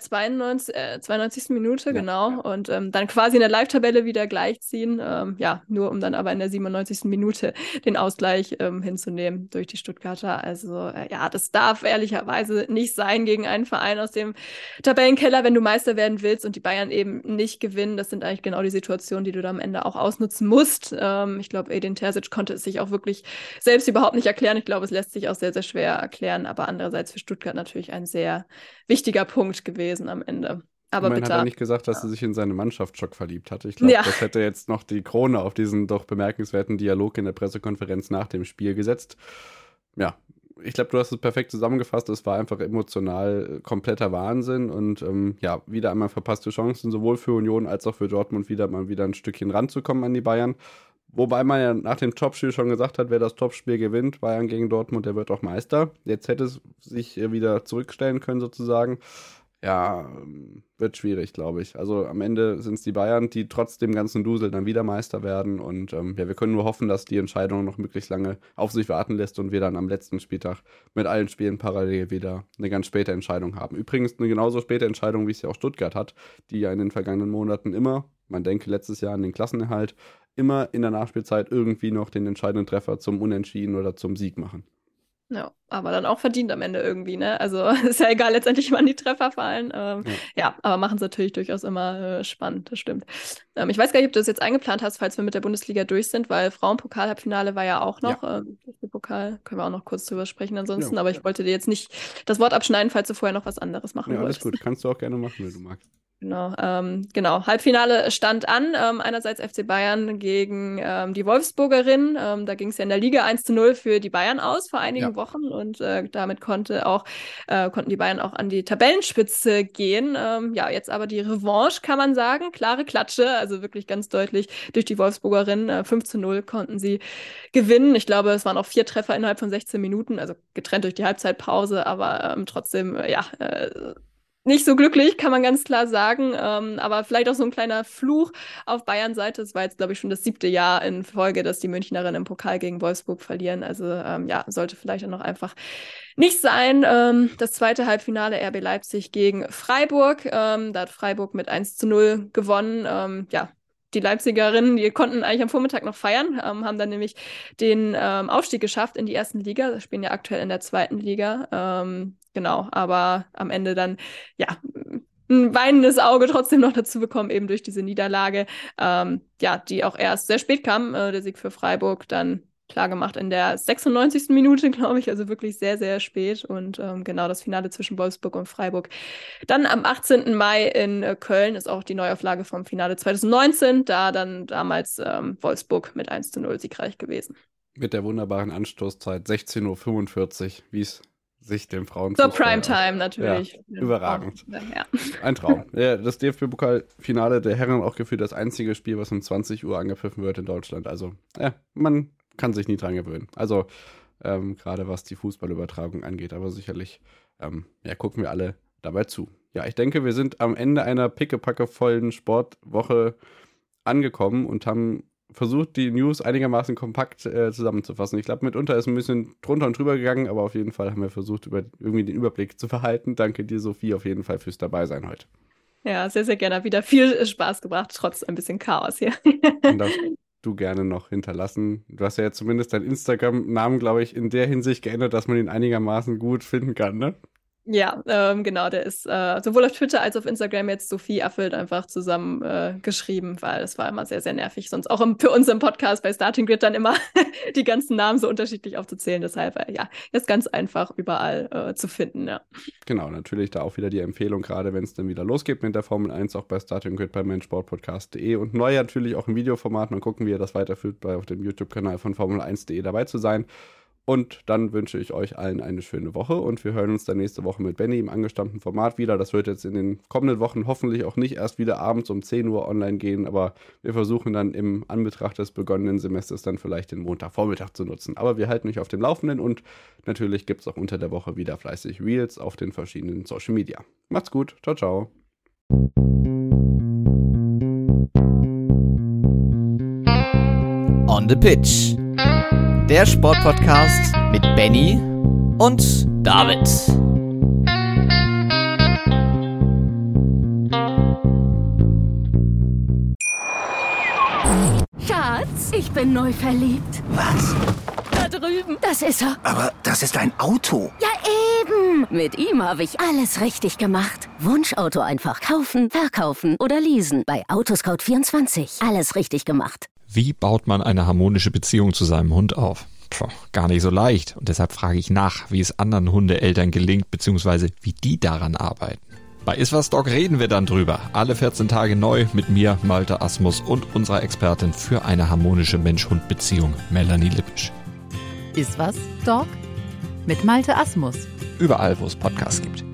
92. Minute, ja, genau. Ja. Und dann quasi in der Live-Tabelle wieder gleichziehen. Ja, nur um dann aber in der 97. Minute den Ausgleich hinzunehmen durch die Stuttgarter. Also ja, das darf ehrlicherweise nicht sein gegen einen Verein aus dem Tabellenkeller, wenn du Meister werden willst und die Bayern eben nicht gewinnen. Das sind eigentlich genau die Situationen, die du da am Ende auch ausnutzen musst. Ich glaube, Edin Terzic konnte es sich auch wirklich selbst überhaupt nicht erklären. Ich glaube, es lässt sich auch sehr, sehr schwer erklären. Aber andererseits für Stuttgart natürlich ein sehr wichtiger Punkt gewesen am Ende. Aber
bitte. Hat er nicht gesagt, dass er sich in seine Mannschaft schock verliebt hatte. Ich glaube, das hätte jetzt noch die Krone auf diesen doch bemerkenswerten Dialog in der Pressekonferenz nach dem Spiel gesetzt. Ja, ich glaube, du hast es perfekt zusammengefasst. Es war einfach emotional kompletter Wahnsinn und ja, wieder einmal verpasste Chancen, sowohl für Union als auch für Dortmund mal wieder ein Stückchen ranzukommen an die Bayern. Wobei man ja nach dem Topspiel schon gesagt hat, wer das Topspiel gewinnt, Bayern gegen Dortmund, der wird auch Meister. Jetzt hätte es sich wieder zurückstellen können sozusagen. Ja, wird schwierig, glaube ich. Also am Ende sind es die Bayern, die trotz dem ganzen Dusel dann wieder Meister werden. Und ja, wir können nur hoffen, dass die Entscheidung noch möglichst lange auf sich warten lässt und wir dann am letzten Spieltag mit allen Spielen parallel wieder eine ganz späte Entscheidung haben. Übrigens eine genauso späte Entscheidung, wie es ja auch Stuttgart hat, die ja in den vergangenen Monaten immer, man denke letztes Jahr an den Klassenerhalt, immer in der Nachspielzeit irgendwie noch den entscheidenden Treffer zum Unentschieden oder zum Sieg machen.
Ja, aber dann auch verdient am Ende irgendwie, ne? Also ist ja egal letztendlich, wann die Treffer fallen. Ja, aber machen es natürlich durchaus immer spannend, das stimmt. Ich weiß gar nicht, ob du das jetzt eingeplant hast, falls wir mit der Bundesliga durch sind, weil Frauenpokal-Halbfinale war ja auch noch. Ja. Pokal können wir auch noch kurz drüber sprechen ansonsten, ja, aber ich wollte dir jetzt nicht das Wort abschneiden, falls du vorher noch was anderes machen wolltest.
Ja, alles gut, kannst du auch gerne machen, wenn du magst.
Genau. Halbfinale stand an. Einerseits FC Bayern gegen die Wolfsburgerin. Da ging es ja in der Liga 1:0 für die Bayern aus vor einigen Wochen und damit konnten die Bayern auch an die Tabellenspitze gehen. Ja, jetzt aber die Revanche, kann man sagen. Klare Klatsche, also wirklich ganz deutlich durch die Wolfsburgerin. 5:0 konnten sie gewinnen. Ich glaube, es waren auch 4 Treffer innerhalb von 16 Minuten, also getrennt durch die Halbzeitpause, aber trotzdem, nicht so glücklich, kann man ganz klar sagen, aber vielleicht auch so ein kleiner Fluch auf Bayern-Seite. Es war jetzt, glaube ich, schon das 7. Jahr in Folge, dass die Münchnerinnen im Pokal gegen Wolfsburg verlieren. Also ja, sollte vielleicht auch noch einfach nicht sein. Das zweite Halbfinale RB Leipzig gegen Freiburg. Da hat Freiburg mit 1:0 gewonnen. Ja, die Leipzigerinnen, die konnten eigentlich am Vormittag noch feiern, haben dann nämlich den Aufstieg geschafft in die ersten Liga. Das spielen ja aktuell in der 2. Liga. Genau, aber am Ende dann, ja, ein weinendes Auge trotzdem noch dazu bekommen, eben durch diese Niederlage, ja, die auch erst sehr spät kam, der Sieg für Freiburg, dann klar gemacht in der 96. Minute, glaube ich, also wirklich sehr, sehr spät und genau das Finale zwischen Wolfsburg und Freiburg. Dann am 18. Mai in Köln ist auch die Neuauflage vom Finale 2019, da dann damals Wolfsburg mit 1:0 siegreich gewesen.
Mit der wunderbaren Anstoßzeit 16:45 Uhr, wie es sich den Frauen
zur Primetime natürlich.
Ja, überragend. Ja. Ein Traum. Ja, das DFB-Pokal-Finale der Herren auch gefühlt das einzige Spiel, was um 20 Uhr angepfiffen wird in Deutschland. Also, ja, man kann sich nie dran gewöhnen. Also, gerade was die Fußballübertragung angeht. Aber sicherlich, gucken wir alle dabei zu. Ja, ich denke, wir sind am Ende einer pickepackevollen Sportwoche angekommen und haben versucht, die News einigermaßen kompakt zusammenzufassen. Ich glaube, mitunter ist ein bisschen drunter und drüber gegangen, aber auf jeden Fall haben wir versucht, irgendwie den Überblick zu verhalten. Danke dir, Sophie, auf jeden Fall fürs Dabeisein heute.
Ja, sehr, sehr gerne. Hat wieder viel Spaß gebracht, trotz ein bisschen Chaos hier.
du gerne noch hinterlassen? Du hast ja jetzt zumindest deinen Instagram-Namen, glaube ich, in der Hinsicht geändert, dass man ihn einigermaßen gut finden kann, ne?
Ja, genau, der ist sowohl auf Twitter als auf Instagram jetzt Sophie Affelt einfach zusammen geschrieben, weil das war immer sehr, sehr nervig, sonst auch für uns im Podcast bei Starting Grid dann immer die ganzen Namen so unterschiedlich aufzuzählen. Deshalb, ja, ist ganz einfach überall zu finden, ja.
Genau, natürlich da auch wieder die Empfehlung, gerade wenn es dann wieder losgeht mit der Formel 1, auch bei Starting Grid bei meinsportpodcast.de und neu natürlich auch im Videoformat. Mal gucken, wie ihr das weiterführt, auf dem YouTube-Kanal von Formel1.de dabei zu sein. Und dann wünsche ich euch allen eine schöne Woche und wir hören uns dann nächste Woche mit Benny im angestammten Format wieder. Das wird jetzt in den kommenden Wochen hoffentlich auch nicht erst wieder abends um 10 Uhr online gehen, aber wir versuchen dann im Anbetracht des begonnenen Semesters dann vielleicht den Montagvormittag zu nutzen. Aber wir halten euch auf dem Laufenden und natürlich gibt es auch unter der Woche wieder fleißig Reels auf den verschiedenen Social Media. Macht's gut, ciao, ciao.
On the Pitch. Der Sportpodcast mit Benny und David.
Schatz, ich bin neu verliebt.
Was?
Da drüben. Das ist er.
Aber das ist ein Auto.
Ja, eben. Mit ihm habe ich alles richtig gemacht. Wunschauto einfach kaufen, verkaufen oder leasen. Bei Autoscout24. Alles richtig gemacht.
Wie baut man eine harmonische Beziehung zu seinem Hund auf? Gar nicht so leicht. Und deshalb frage ich nach, wie es anderen Hundeeltern gelingt, beziehungsweise wie die daran arbeiten. Bei Iswas Dog reden wir dann drüber. Alle 14 Tage neu mit mir, Malte Asmus und unserer Expertin für eine harmonische Mensch-Hund-Beziehung, Melanie Lippisch.
Iswas Dog mit Malte Asmus.
Überall, wo es Podcasts gibt.